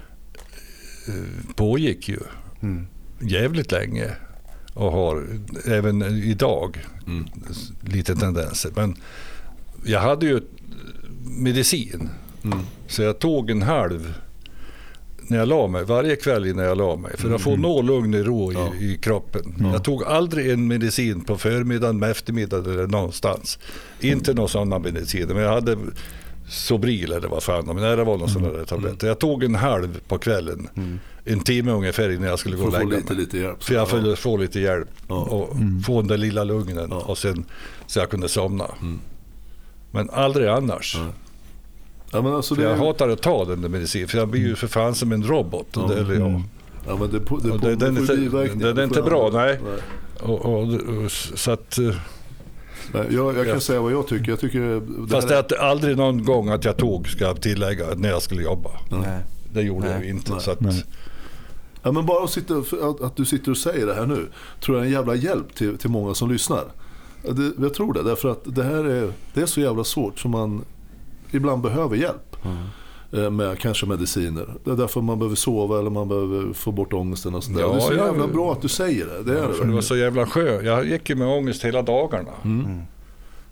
pågick ju jävligt länge och har även idag lite tendenser. Men jag hade ju medicin så jag tog en halv när jag la mig, varje kväll innan jag la mig, för att få nå lugn och ro i kroppen. Jag tog aldrig en medicin på förmiddagen, med eftermiddagen eller någonstans. Inte någon sån medicin, men jag hade Sobril eller vad fan, men det var någon sån där tabletter. Jag tog en halv på kvällen, en timme ungefär innan jag skulle gå och lägga mig. Lite hjälp. För jag skulle få lite hjälp och få den där lilla lugnen och sen så jag kunde somna. Men aldrig annars. Ja, men alltså jag hatar att ta den där medicin, för jag blir ju för fan som en robot. Ja, men den är inte bra, nej. Så att... Jag kan säga vad jag tycker. Fast det är aldrig någon gång att jag ska tillägga när jag skulle jobba. Det gjorde jag ju inte. Så att... Ja, men bara att du sitter och säger det här nu tror jag är en jävla hjälp till många som lyssnar. Jag tror det, därför att det här är så jävla svårt som man ibland behöver hjälp med kanske mediciner. Det är därför man behöver sova eller man behöver få bort ångesten och sådär. Det är så jävla bra att du säger det. Det var så jävla skön. Jag gick ju med ångest hela dagarna.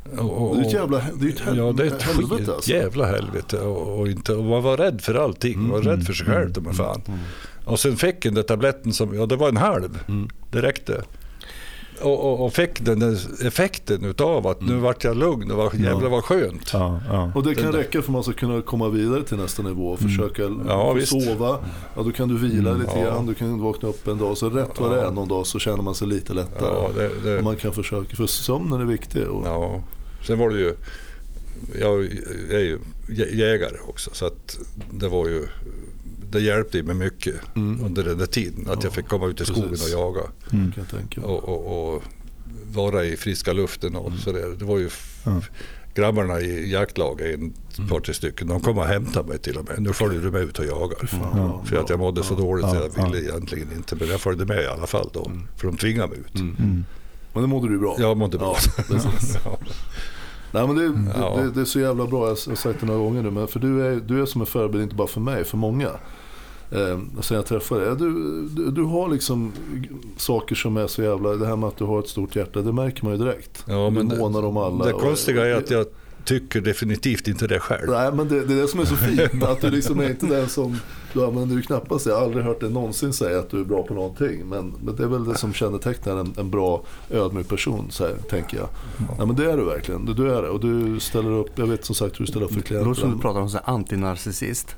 Och, det är ett jävla det är ett helvete alltså. Jävla helvete och man var rädd för allting. Man var rädd för sig själv men fan. Och sen fick den där tabletten som, det var en halv. Det räckte. Och fick den effekten utav att nu vart jag lugn och jävlar vad skönt. Ja. Och det kan räcka för att man ska kunna komma vidare till nästa nivå och försöka sova. Ja, då kan du vila lite grann, du kan vakna upp en dag, så rätt vad det är någon dag så känner man sig lite lättare. Och man kan försöka, för sömnen är viktig. Och... Sen var det ju, jag är ju jägare också, så att det var ju, det hjälpte mig mycket under den där tiden att jag fick komma ut i skogen och jaga och vara i friska luften och så där. Det var ju grabbarna i jaktlaget, ett par till stycken, de kom och hämtade mig till och med. Nu följer du med ut och jagar. För att jag mådde så dåligt så jag ville egentligen inte, men jag följde med i alla fall då, för de tvingade mig ut. Men det mådde du bra? Jag mådde bra. Nej, men det är så jävla bra, jag har sagt det några gånger nu, men för du är som en förebild inte bara för mig, för många. Sen jag träffade dig, du har liksom saker som är så jävla, det här med att du har ett stort hjärta, det märker man ju direkt. Ja, men du månar om alla. Det konstiga är att jag tycker definitivt inte det själv. Nej, men det är det som är så fint, att du liksom är inte den som du använder ju knappast. Jag har aldrig hört dig någonsin säga att du är bra på någonting, men det är väl det som kännetecknar en bra ödmjuk person, så här, tänker jag. Ja, men det är du verkligen, du är det, och du ställer upp, jag vet som sagt hur du ställer upp för klienter. Låter som du pratar om en antinarcissist.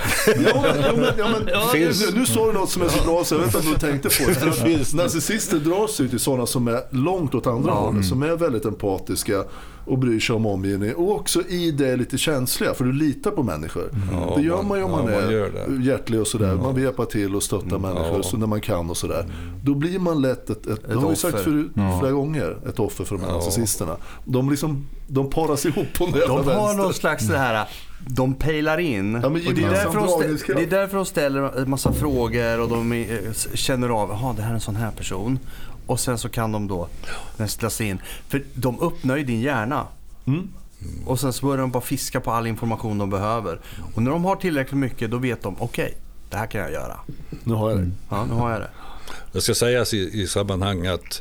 Nu sa du något som är så bra så jag vet inte om du tänkte på det. Narcissister dras ut till sådana som är långt åt andra hållet, som är väldigt empatiska och bryr sig om omgivningen, och också i det lite känsliga, för du litar på människor. Det gör man ju om man är hjärtlig och sådär. Man vill hjälpa till och stötta människor så när man kan och sådär. Då blir man lätt det har vi sagt förut flera gånger, ett offer för de här narcissisterna. De paras ihop på de har någon slags det här, de pejlar in, och det är därför de ställer en massa frågor och de känner av, det här är en sån här person. Och sen så kan de då nästlas in. För de öppnar ju din hjärna. Och sen så börjar de bara fiska på all information de behöver. Och när de har tillräckligt mycket, då vet de, okej, det här kan jag göra. Nu har jag det. Ja, nu har jag det. Det ska sägas i sammanhang att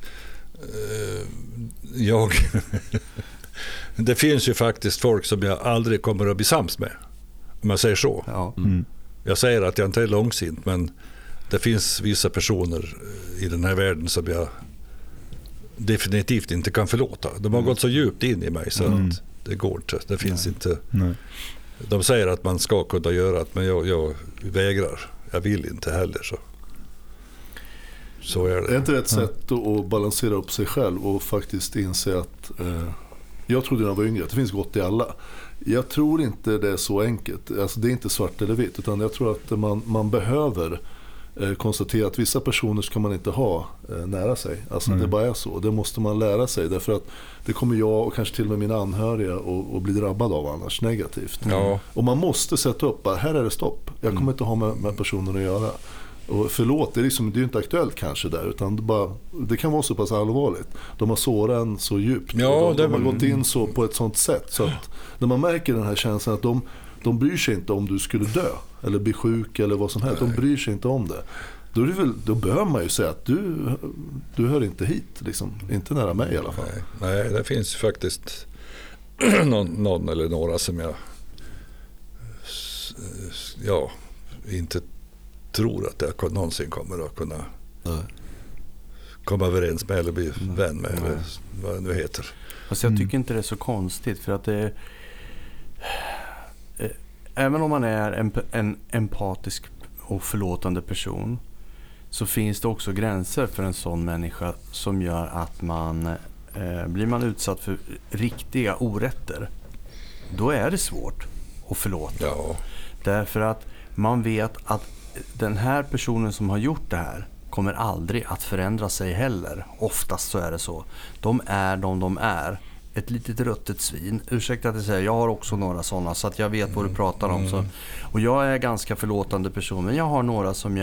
det finns ju faktiskt folk som jag aldrig kommer att bli sams med, om jag säger så. Jag säger att jag inte är långsint, men det finns vissa personer i den här världen som jag definitivt inte kan förlåta. De har gått så djupt in i mig så att det går inte. Det finns inte. Nej. De säger att man ska kunna göra det, men jag vägrar. Jag vill inte heller. Så är det. Det är inte ett sätt att balansera upp sig själv och faktiskt inse att jag trodde när jag var yngre att det finns gott i alla. Jag tror inte det är så enkelt. Alltså, det är inte svart eller vitt, utan jag tror att man behöver konstatera att vissa personer ska man inte ha nära sig. Alltså det bara är så. Det måste man lära sig, därför att det kommer jag och kanske till och med mina anhöriga och bli drabbad av annars negativt. Och man måste sätta upp, här är det stopp. Jag kommer inte ha med personer att göra. Och förlåt, det är ju inte aktuellt kanske där, utan det kan vara så pass allvarligt. De har sårat en så djupt. De har gått in så på ett sånt sätt så att när man märker den här känslan att de bryr sig inte om du skulle dö eller bli sjuk eller vad som helst. De bryr sig inte om det. Då bör man ju säga att du hör inte hit, liksom. Inte nära mig i alla fall. Nej, det finns faktiskt någon eller några som jag inte tror att jag någonsin kommer att kunna komma överens med eller bli vän med eller vad det nu heter. Alltså jag tycker inte det är så konstigt, för att det även om man är en empatisk och förlåtande person, så finns det också gränser för en sån människa som gör att blir man utsatt för riktiga orätter, då är det svårt att förlåta. Därför att man vet att den här personen som har gjort det här kommer aldrig att förändra sig heller. Oftast så är det så. De är de är. Ett litet ruttet svin. Ursäkta att jag säger, jag har också några sådana, så att jag vet vad du pratar om. Så. Och jag är ganska förlåtande person, men jag har några som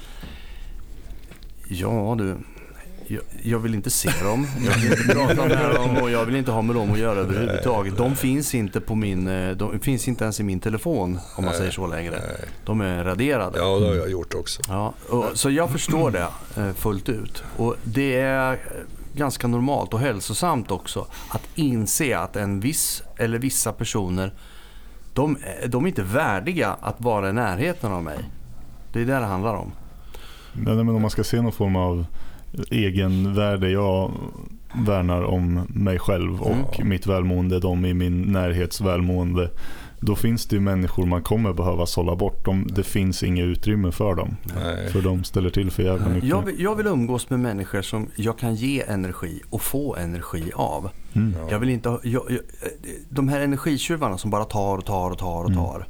jag vill inte se dem. Jag vill inte prata med dem och jag vill inte ha med dem att göra överhuvudtaget. De finns inte de finns inte ens i min telefon, om man säger så längre. De är raderade. Ja, det har jag gjort också. Ja, så jag förstår det fullt ut. Och det är ganska normalt och hälsosamt också att inse att en viss eller vissa personer de är inte värdiga att vara i närheten av mig. Det är det handlar om. Nej, men om man ska se någon form av egenvärde, jag värnar om mig själv och mitt välmående, de i min närhets välmående, då finns det ju människor man kommer behöva sålla bort. Det finns inget utrymme för dem. Nej. För de ställer till för jävla mycket. Jag vill umgås med människor som jag kan ge energi och få energi av. Jag vill inte de här energitjuvarna som bara tar.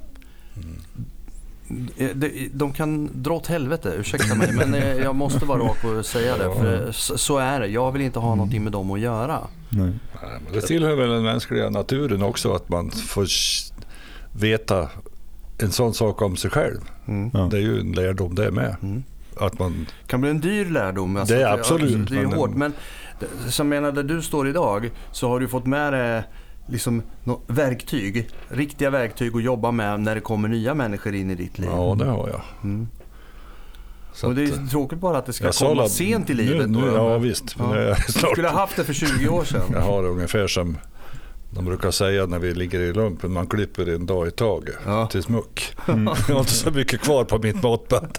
De kan dra åt helvete, ursäkta mig, men jag måste vara rak och säga det, för så är det. Jag vill inte ha någonting med dem att göra. Nej. Men det tillhör väl den mänskliga naturen också, att man får veta en sån sak om sig själv. Det är ju en lärdom det med. Att man kan bli en dyr lärdom. Alltså, det är absolut. Det är hårt, men som menar, där du står idag så har du fått med dig liksom verktyg, riktiga verktyg att jobba med när det kommer nya människor in i ditt liv. Ja, det har jag. Så och det är tråkigt bara att det ska komma sent i livet. Ja, visst. Ja. Du skulle ha haft det för 20 år sedan. Jag har det ungefär som de brukar säga när vi ligger i lumpen, man klipper en dag i taget till smuck. Jag har inte så mycket kvar på mitt matband.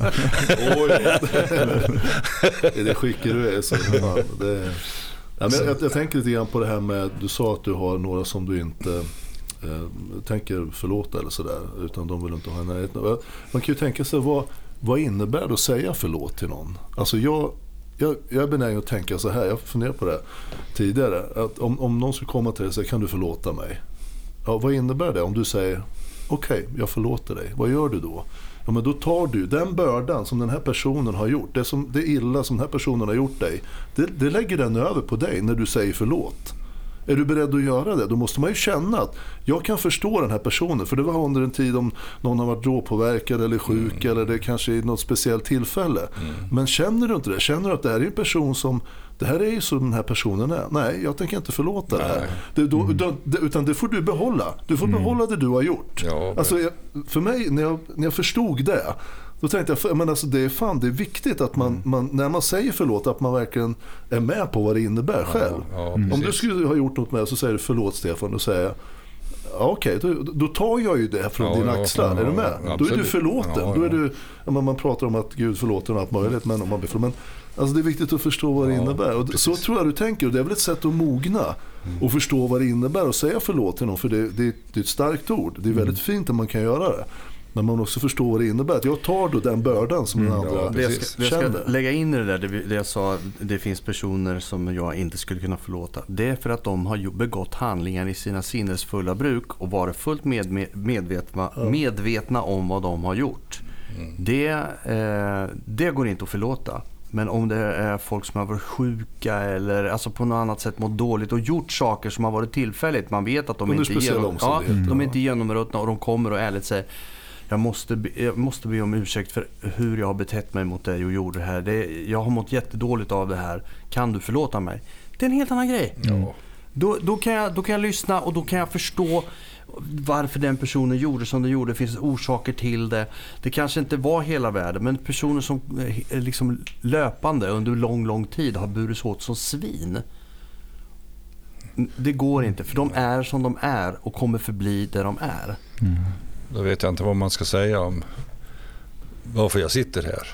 Det skickar du är så. Ja, men jag tänker lite grann på det här med, du sa att du har några som du inte tänker förlåta eller sådär, utan de vill inte ha en närhet. Man kan ju tänka sig, vad innebär det att säga förlåt till någon? Alltså jag är benägen att tänka så här, jag funderar på det tidigare, att om någon skulle komma till dig och säga, kan du förlåta mig? Ja, vad innebär det om du säger okej, jag förlåter dig? Vad gör du då? Ja, men då tar du den bördan som den här personen har gjort, det illa som den här personen har gjort dig, det lägger den över på dig när du säger förlåt. Är du beredd att göra det? Då måste man ju känna att jag kan förstå den här personen, för det var under en tid om någon har varit drogpåverkad eller sjuk eller det kanske är något speciellt tillfälle. Men känner du inte det? Känner du att det här är en person som, det här är ju så den här personen är. Nej, jag tänker inte förlåta det här. Utan det får du behålla. Du får behålla det du har gjort. Ja, alltså, för mig, när jag förstod det, då tänkte jag, men alltså det är viktigt att man när man säger förlåt, att man verkligen är med på vad det innebär själv. Om du skulle ha gjort något med, så säger du förlåt Stefan, och säger okej, då tar jag ju det från dina axlar, är du med? Då är du förlåten. Då är du, man pratar om att Gud förlåter och allt möjligt, men om man blir förlåten, alltså det är viktigt att förstå vad det innebär. Och så tror jag du tänker, och det är väl ett sätt att mogna och förstå vad det innebär och säga förlåt till någon, för det är ett starkt ord. Det är väldigt fint att man kan göra det. Men man också förstår vad det innebär. Att jag tar då den bördan som den andra det jag ska lägga in i det där, det jag sa, det finns personer som jag inte skulle kunna förlåta. Det är för att de har begått handlingar i sina sinnesfulla bruk och varit fullt medvetna om vad de har gjort. Det går inte att förlåta. Men om det är folk som har varit sjuka eller alltså på något annat sätt mått dåligt och gjort saker som har varit tillfälligt, man vet att de är inte genomruttna och de kommer och ärligt säger, jag måste be om ursäkt för hur jag har betett mig mot dig och gjorde det här. Jag har mått jättedåligt av det här. Kan du förlåta mig? Det är en helt annan grej. Då kan jag lyssna och då kan jag förstå varför den personen gjorde som den gjorde. Det finns orsaker till det. Det kanske inte var hela världen, men personer som liksom löpande under lång tid har burits åt som svin. Det går inte, för de är som de är och kommer förbli där de är. Då vet jag inte vad man ska säga om varför jag sitter här.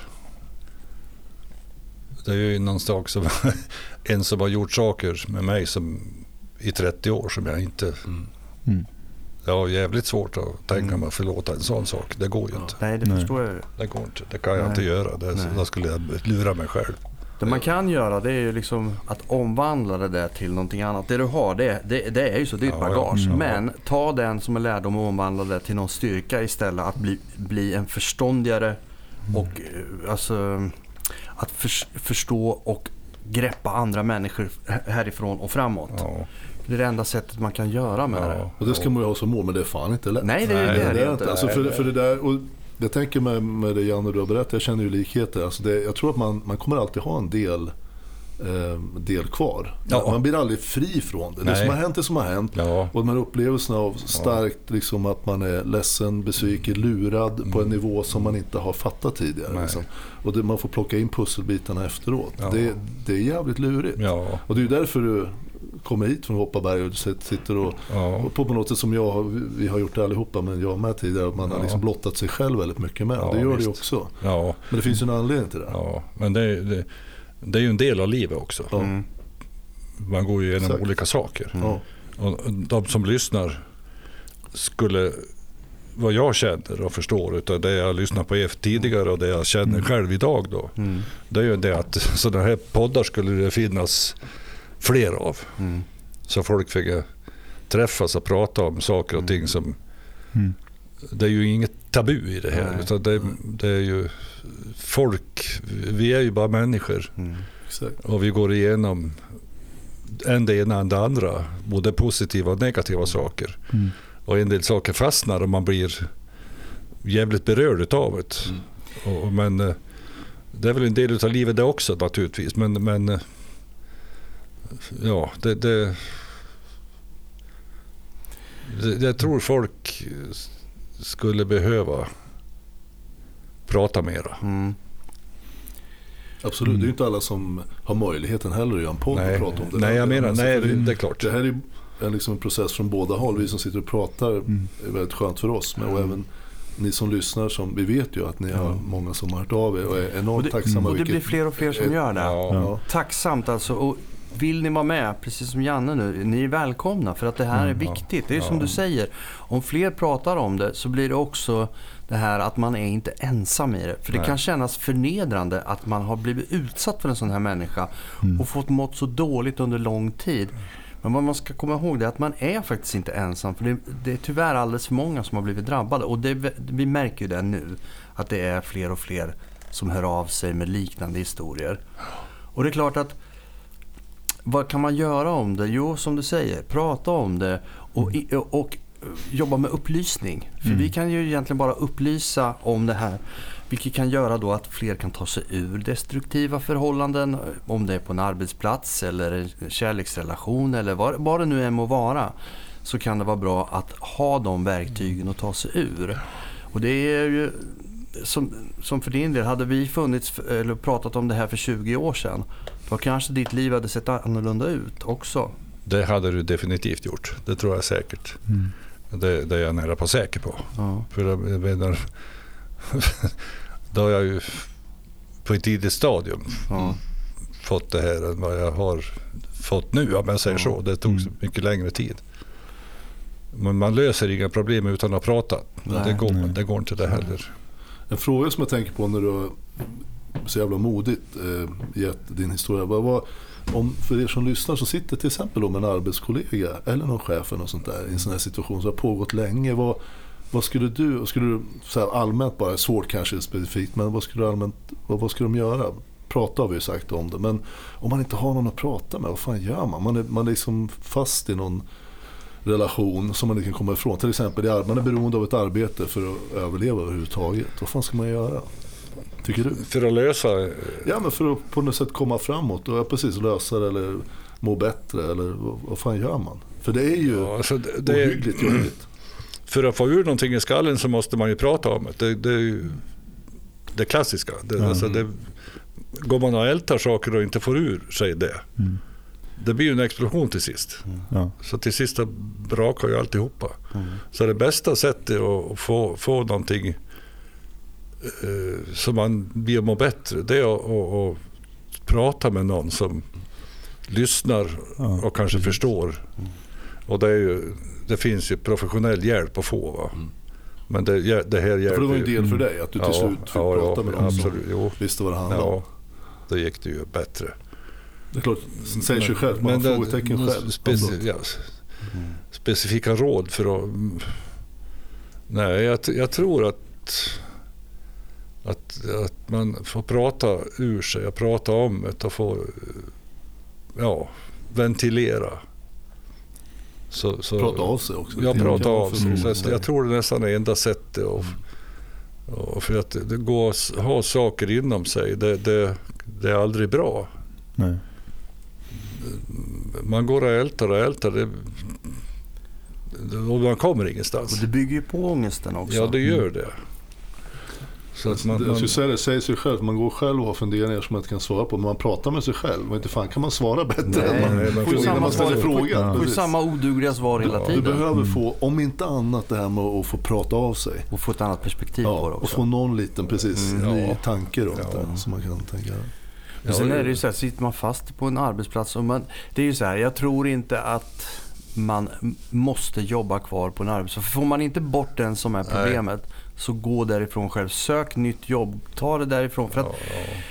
Det är ju någonstans som en som har gjort saker med mig som i 30 år som jag inte... Jag har jävligt svårt att tänka mig att förlåta en sån sak. Det går ju inte. Nej, det förstår jag. Det går inte. Det kan jag inte göra. Då skulle jag lura mig själv. Det man kan göra, det är ju liksom att omvandla det där till någonting annat. Det du har, det är ju så ditt bagage. Men ta den som är lärdom och omvandla det till någon styrka istället. Att bli en förståndigare och alltså att förstå och greppa andra människor härifrån och framåt. Det är det enda sättet man kan göra med det. Och det ska man ju ha som mål, men det är fan inte lätt. Nej, det är inte. Alltså för det där, och jag tänker med det Janne du har berättat, jag känner ju likheter. Alltså jag tror att man kommer alltid ha en del del kvar. Ja. Man blir aldrig fri från det. Det som har hänt är som har hänt. Ja. Och de här upplevelserna av starkt liksom att man är ledsen, besviken, lurad på en nivå som man inte har fattat tidigare. Liksom. Och man får plocka in pusselbitarna efteråt. Ja. Det är jävligt lurigt. Ja. Och det är ju därför du kommer hit från Hoppaberg och sitter och på något sätt som vi har gjort det allihopa, men jag med tidigare, att man har liksom blottat sig själv väldigt mycket med. Det gör det ju också. Ja. Men det finns ju en anledning till det. Ja, men det är ju en del av livet också. Man går ju igenom olika saker. Och de som lyssnar skulle, vad jag känner och förstår utav det jag lyssnar på er tidigare och det jag känner själv idag då, det är ju det att sådana här poddar skulle det finnas fler av. Så folk fick träffas och prata om saker och ting som det är ju inget tabu i det här, utan det är ju folk, vi är ju bara människor. Och vi går igenom en det ena än det andra, både positiva och negativa saker. Och en del saker fastnar och man blir jävligt berörd av det. Men det är väl en del av livet det också naturligtvis, men ja, jag tror folk skulle behöva prata mera. Absolut, det är ju inte alla som har möjligheten heller att göra en podd och prata om det. Nej, jag menar, det är klart. Det här är liksom en process från båda håll. Vi som sitter och pratar är väldigt skönt för oss, men och även ni som lyssnar, som vi vet ju att ni har många som har hört av er och är enormt tacksamma. Och det blir fler och fler som gör det. Ja. Tacksamt alltså. Och vill ni vara med, precis som Janne nu, ni är välkomna, för att det här är viktigt. Det är som du säger, om fler pratar om det så blir det också det här att man är inte ensam i det. För det kan kännas förnedrande att man har blivit utsatt för en sån här människa och fått mått så dåligt under lång tid. Men vad man ska komma ihåg det är att man är faktiskt inte ensam, för det är tyvärr alldeles för många som har blivit drabbade. Och vi märker ju det nu, att det är fler och fler som hör av sig med liknande historier. Och det är klart att vad kan man göra om det? Jo, som du säger, prata om det och jobba med upplysning. För vi kan ju egentligen bara upplysa om det här, vilket kan göra då att fler kan ta sig ur destruktiva förhållanden, om det är på en arbetsplats eller en kärleksrelation eller vad det nu än må vara, så kan det vara bra att ha de verktygen och ta sig ur. Och det är ju som för din del, hade vi funnits eller pratat om det här för 20 år sedan, då kanske ditt liv hade sett annorlunda ut också. Det hade du definitivt gjort. Det tror jag säkert. Det är jag nära på säker på. För jag menar, då har jag ju på ett tidigt stadium fått det här än vad jag har fått nu, om jag säger så. Det tog mycket längre tid. Men man löser inga problem utan att prata. Det går inte det heller. En fråga som jag tänker på när du så jävla modigt gett din historia. Om för er som lyssnar som sitter till exempel om en arbetskollega eller någon chef eller något sånt där i en sån här situation som har pågått länge, vad skulle du så här allmänt, bara svårt kanske specifikt, men vad skulle de göra? Prata har vi ju sagt om det, men om man inte har någon att prata med, vad fan gör man? Man är liksom fast i någon relation som man inte kan komma ifrån. Till exempel man är beroende av ett arbete för att överleva överhuvudtaget. Vad fan ska man göra? Tycker du? För att lösa? Ja, men för att på något sätt komma framåt och precis lösa det eller må bättre, eller vad fan gör man? För det är ju ohyggligt jobbigt. För att få ur någonting i skallen så måste man ju prata om det. Det är ju det klassiska. Går man och ältar saker och inte får ur sig det. Det blir ju en explosion till sist. Så till sist brakar ju alltihopa. Så det bästa sättet att få någonting så man blir må bättre, det är att prata med någon som lyssnar och kanske förstår. Och det finns ju professionell hjälp att få, va? Men det här hjälper. För det var ju en del för dig att du till slut fick prata med någon som visste vad det handlade om. Då gick det ju bättre. Det är klart, säger sig själv, man har frågetecken själv. Specifika råd för att... Nej, jag tror att man får prata ur sig och prata om det och få ventilera. Så, prata av sig också. Ja, prata av sig. Så jag tror det nästan är enda sättet. Och för att det går att ha saker inom sig, det är aldrig bra. Nej. man går och ältar och man kommer ingenstans. Och det bygger ju på ångesten också. Ja, det gör det. Så att Jag skulle säga det, säger sig själv. Man går själv och har funderingar som man inte kan svara på. Men man pratar med sig själv. Och inte fan kan man svara bättre än man får man ställer frågan. Det får ju samma odugliga svar hela tiden. Du behöver få, om inte annat, det här med att få prata av sig. Och få ett annat perspektiv på det också. Och få någon liten ny tanke runt det som man kan tänka. Men sen är det ju så här, sitter man fast på en arbetsplats och det är ju så här, jag tror inte att man måste jobba kvar på en arbetsplats. För får man inte bort den som är problemet, så gå därifrån själv. Sök nytt jobb, ta det därifrån. För att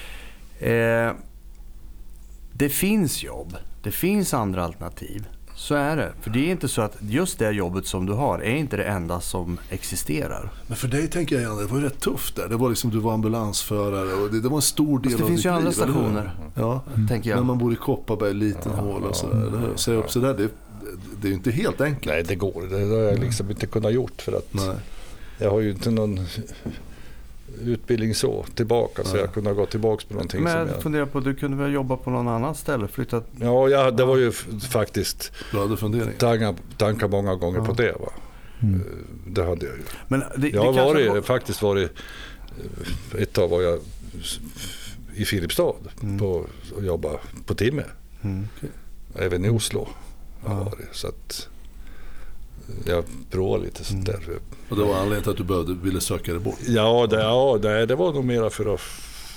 det finns jobb, det finns andra alternativ. Så är det. För det är inte så att just det jobbet som du har är inte det enda som existerar. Men för dig tänker jag, det var ju rätt tufft där. Det var liksom, du var ambulansförare och det var en stor del av ditt liv. Det finns ju andra stationer, tänker jag. Men man bor i Kopparberg, liten hål och sådär. Säg upp sådär, det är ju inte helt enkelt. Nej, det går. Det har jag liksom inte kunnat gjort för att jag har ju inte någon utbildning så tillbaka så jag kunde gå tillbaka på någonting. Men jag funderar på, du kunde väl jobba på någon annan ställe, flyttat? Ja, det var ju faktiskt tankar många gånger på det. Va? Det hade jag ju. Men jag har faktiskt varit ett tag var jag i Filipstad och jobbade på timme. Även i Oslo. Så att jag provade lite sånt där. Och det var anledningen till att du ville söka dig bort? Det var nog mera för att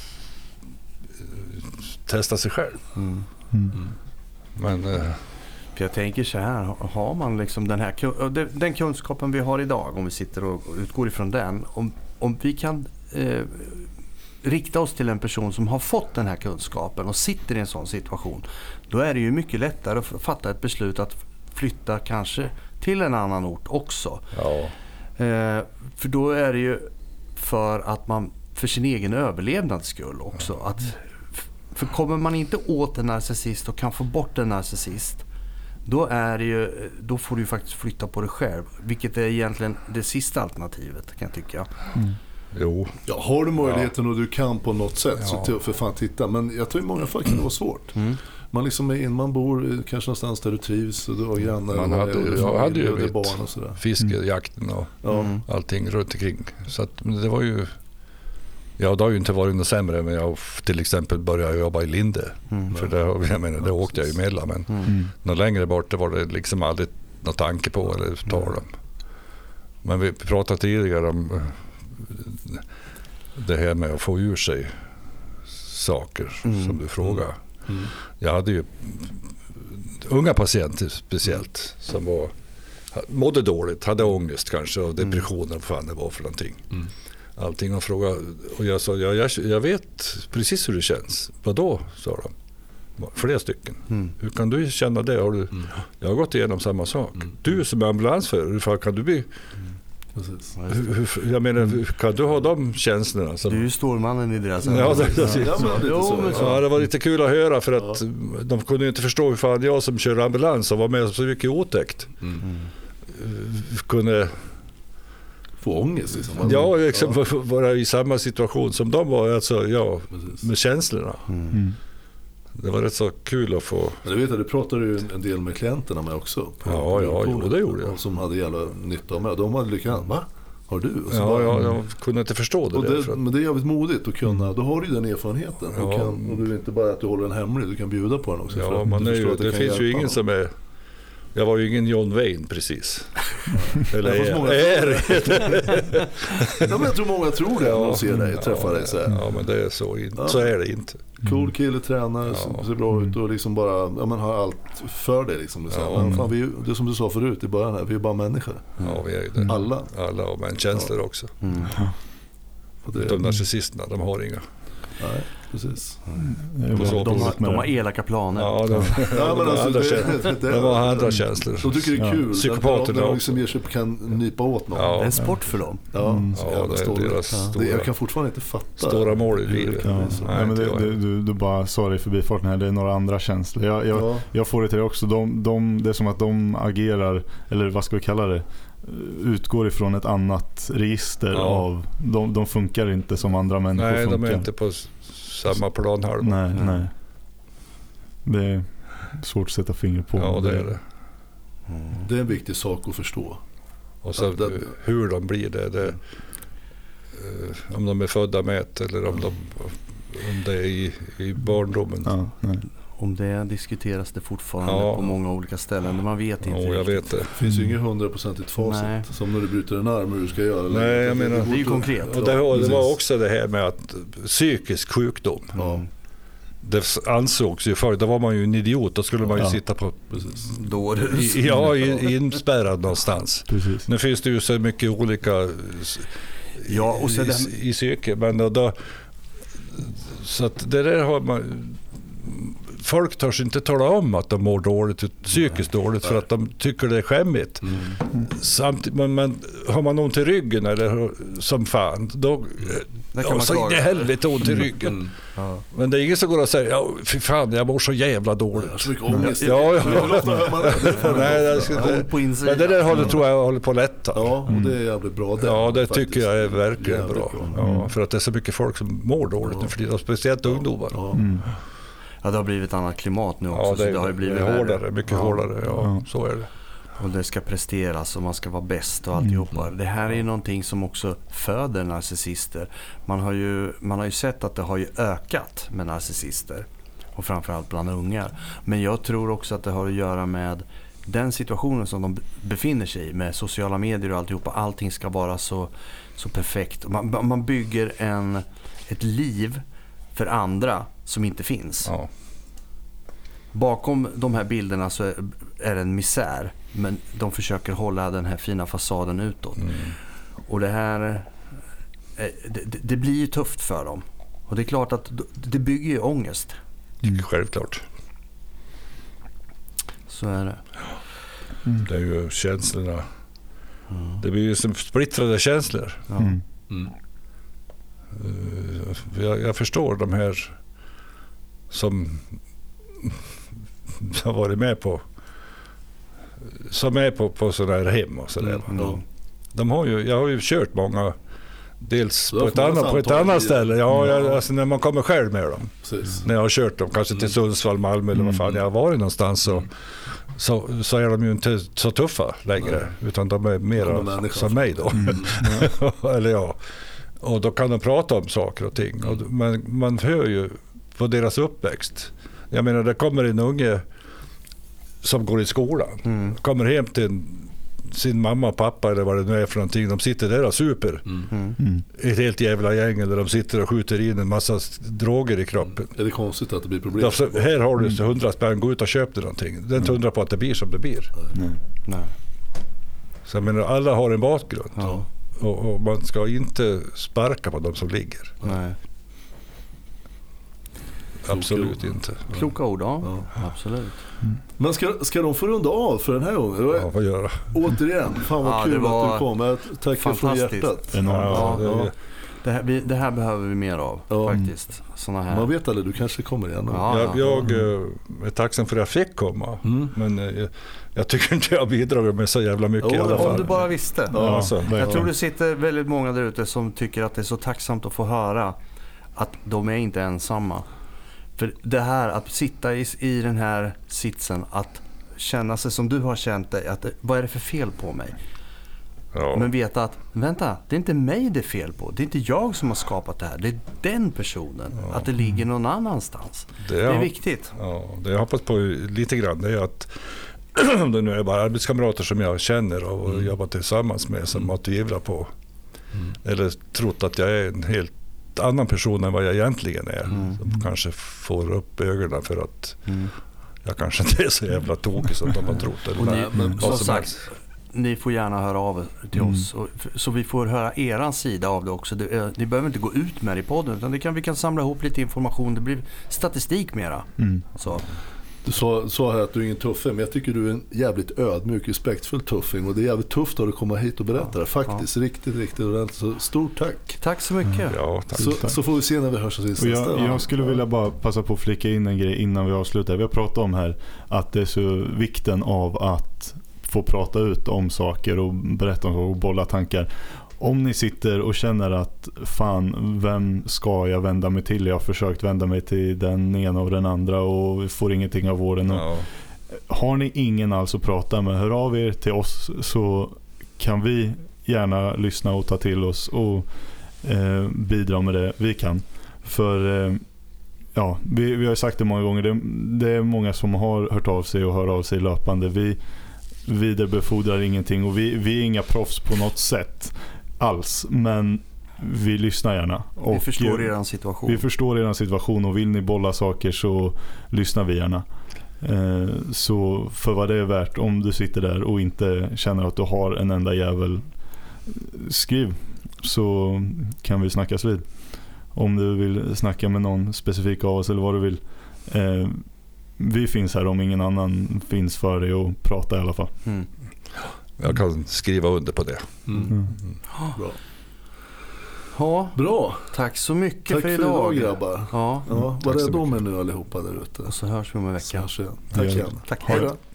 testa sig själv. Men för jag tänker så här, har man liksom den kunskapen vi har idag, om vi sitter och utgår ifrån den, om vi kan rikta oss till en person som har fått den här kunskapen och sitter i en sån situation, då är det ju mycket lättare att fatta ett beslut att flytta kanske till en annan ort också. För då är det ju för att man för sin egen överlevnads skull också. För kommer man inte åt en narcissist och kan få bort en narcissist, då får du faktiskt flytta på dig själv, vilket är egentligen det sista alternativet, kan jag tycka. Jo. Ja, har du möjligheten och du kan på något sätt så för fan titta. Men jag tror i många fall kan det vara svårt. Man liksom är in, man bor kanske någonstans där du trivs och du har grannar. Jag hade ju barn och sådär. Fiskejakten och allting runt omkring. Så att, det var ju... Ja, det har ju inte varit något sämre, men jag till exempel började jobba i Linde. För det åkte jag ju emellan. Men något längre bort var det liksom aldrig något tanke på eller tal om. Men vi pratade tidigare om det här med att få ur sig saker som du frågar. Jag hade ju unga patienter speciellt som mådde dåligt, hade ångest kanske och depressioner, vad fan det var för någonting. Allting och frågade, och jag sa jag vet precis hur det känns. Vadå, sa de. Flera stycken. Hur kan du känna det? Jag har gått igenom samma sak. Du som är ambulansförare, hur fan kan du bli? Jag menar, hur kan du ha de känslorna? Du är ju stormannen i deras det var lite kul att höra, för att de kunde inte förstå hur fan jag som kör ambulans och var med så mycket otäckt kunde få ångest liksom. Vara i samma situation som de var, alltså, med känslorna. Det var rätt så kul att få... Men du pratade ju en del med klienterna med också. Det gjorde jag. Som hade jävla nytta med. De hade lyckats, va? Har du? Jag kunde inte förstå det. Men det är jävligt modigt att kunna. Då har du den erfarenheten. Och du är inte bara att du håller den hemlig, du kan bjuda på den också. Det finns ju ingen som är... Jag var ju ingen John Wayne precis. Eller men jag tror många tror det när de ser dig, träffar dig så här. Ja, men det är så. Så är det inte. Cool kille, tränare, ser bra ut och liksom bara har allt för dig liksom. Det är som du sa förut i början här, vi är bara människor. Ja, vi är det. Alla och men känslor också. De narcissisterna, de har inga. Nej, precis. De har elaka planer. De har andra känslor. De tycker det är kul. Psykopaterna de liksom ger sig kan nypa åt någon. Det är en sport för dem. Det är deras stora, jag kan fortfarande inte fatta. Stora mål i livet. Du bara sa det förbi farten här. Det är några andra känslor. Jag får det till det också. Det är som att de agerar, eller vad ska vi kalla det, utgår ifrån ett annat register av de funkar inte som andra människor funkar. Nej, de är inte på samma plan här. Nej. svårt att sätta fingret på. Ja, det är det. Det är en viktig sak att förstå. Och så hur de blir det om de är födda med ett eller om det är i barndomen. Ja, nej. Om det diskuteras det fortfarande på många olika ställen. Men man vet inte jag vet det. Det finns ju inget 100% facit. Nej. Som när du bryter en arm hur du ska göra. Nej, jag menar, Det är ju konkret. Och det var också det här med att psykisk sjukdom. Ja, Det ansågs ju förr, då var man ju en idiot. Då skulle man ju sitta på precis. inspärrad någonstans. Precis. Nu finns det ju så mycket olika Och så i psyke. Men då, så att det där har man... Folk törs inte tala om att de mår dåligt, psykiskt dåligt, för att de tycker det är skämmigt. Samtidigt, men har man ont i ryggen eller som fan, då så det är helvete ont i ryggen. Men det är ingen som går och säger, fy fan, jag mår så jävla dåligt. Så mycket ångest. Men det där tror jag håller på att lätta. Ja, och det är jävligt bra. Ja, det faktiskt. tycker jag är verkligen Jävligt bra. Ja, för att det är så mycket folk som mår dåligt nu för tiden, speciellt ungdomar. Ja, det har blivit ett annat klimat nu också. Ja, så det har ju blivit hårdare, mycket hårdare. Ja, så är det. Och det ska presteras och man ska vara bäst och alltihopa. Det här är ju någonting som också föder narcissister. Man har ju sett att det har ju ökat med narcissister. Och framförallt bland unga. Men jag tror också att det har att göra med den situationen som de befinner sig i. Med sociala medier och alltihopa. Allting ska vara så perfekt. Man bygger ett liv för andra som inte finns. Ja. Bakom de här bilderna så är det en misär, men de försöker hålla den här fina fasaden utåt. Och det här det blir ju tufft för dem. Och det är klart att det bygger ju ångest. Självklart. Så är det. Det är ju känslorna. Det blir ju som splittrade känslor. Jag förstår de här som har varit med på, som är på sådana här hem och sådär. Jag har ju kört många, dels på ett annat ställe. Alltså när man kommer själv med dem. Precis. När jag har kört dem kanske till Sundsvall, Malmö eller vad fan jag har varit någonstans, så är de ju inte så tuffa längre, utan de är mer som mig då. Eller ja. Och då kan de prata om saker och ting. Men man hör ju på deras uppväxt. Jag menar, det kommer en unge som går i skolan. Kommer hem till sin mamma och pappa eller vad det nu är för någonting. De sitter där och super. Ett helt jävla gäng, eller de sitter och skjuter in en massa droger i kroppen. Är det konstigt att det blir problem? Här har du 100 spänn, gå ut och köp dig någonting. Det är inte 100 på att det blir som det blir. Nej. Så jag menar, alla har en bakgrund. Och man ska inte sparka på dem som ligger. Nej. Absolut inte. Kloka ord, absolut. Men ska de få runda av för den här gången? Ja, vad göra? Återigen, fan vad kul att du kom. Jag tackar från hjärtat. Det här behöver vi mer av, faktiskt. Såna här. Man vet aldrig, du kanske kommer igen. Jag är tacksam för att jag fick komma. Men jag tycker inte jag bidrar med så jävla mycket i alla fall. Om du bara visste. Alltså. Jag tror det sitter väldigt många där ute som tycker att det är så tacksamt att få höra att de är inte ensamma. För det här att sitta i den här sitsen, att känna sig som du har känt dig, att vad är det för fel på mig? Ja. Men veta att, vänta, det är inte mig det är fel på. Det är inte jag som har skapat det här. Det är den personen. Ja. Att det ligger någon annanstans. Det är viktigt. Ja, det jag hoppas på lite grann, det är att om det nu är bara arbetskamrater som jag känner och jobbar tillsammans med, som har tvivlat på eller trott att jag är en helt annan person än vad jag egentligen är. Som kanske får upp ögonen för att jag kanske inte är så jävla tokig som de har trott. Men som sagt, ni får gärna höra av er till oss. Så vi får höra eran sida av det också. Ni behöver inte gå ut med det i podden, utan vi kan samla ihop lite information. Det blir statistik mera. Så. Du sa här att du är ingen tuffing, men jag tycker du är en jävligt ödmjuk, respektfull tuffing. Och det är jävligt tufft att du kommer hit och berätta det. Faktiskt, riktigt ordentligt. Så stort tack. Tack så mycket. Ja, tack. Så får vi se när vi hörs nästa. Jag skulle vilja bara passa på att flika in en grej innan vi avslutar. Vi har pratat om här att det är så vikten av att få prata ut om saker och berätta om och bolla tankar. om ni sitter och känner att fan, vem ska jag vända mig till? Jag har försökt vända mig till den ena och den andra och får ingenting av vården. Ja. Har ni ingen alls att prata med, hör av er till oss, så kan vi gärna lyssna och ta till oss och bidra med det vi kan. För ja, vi har ju sagt det många gånger, det är många som har hört av sig och hör av sig löpande. Vi vidarebefordrar ingenting och vi är inga proffs på något sätt alls, men vi lyssnar gärna. Och vi förstår er situation. Vi förstår er situation, och vill ni bolla saker så lyssnar vi gärna. Så för vad det är värt, om du sitter där och inte känner att du har en enda jävel, skriv, så kan vi snackas vid. Om du vill snacka med någon specifik av oss eller vad du vill, vi finns här om ingen annan finns för dig, och prata i alla fall. Jag kan skriva under på det. Bra. Ja, Bra. tack så mycket Tack för idag. grabbar. Ja. Var rädda om er nu allihopa där ute. Och så hörs vi om en vecka. Tack igen. Tack. Ha det.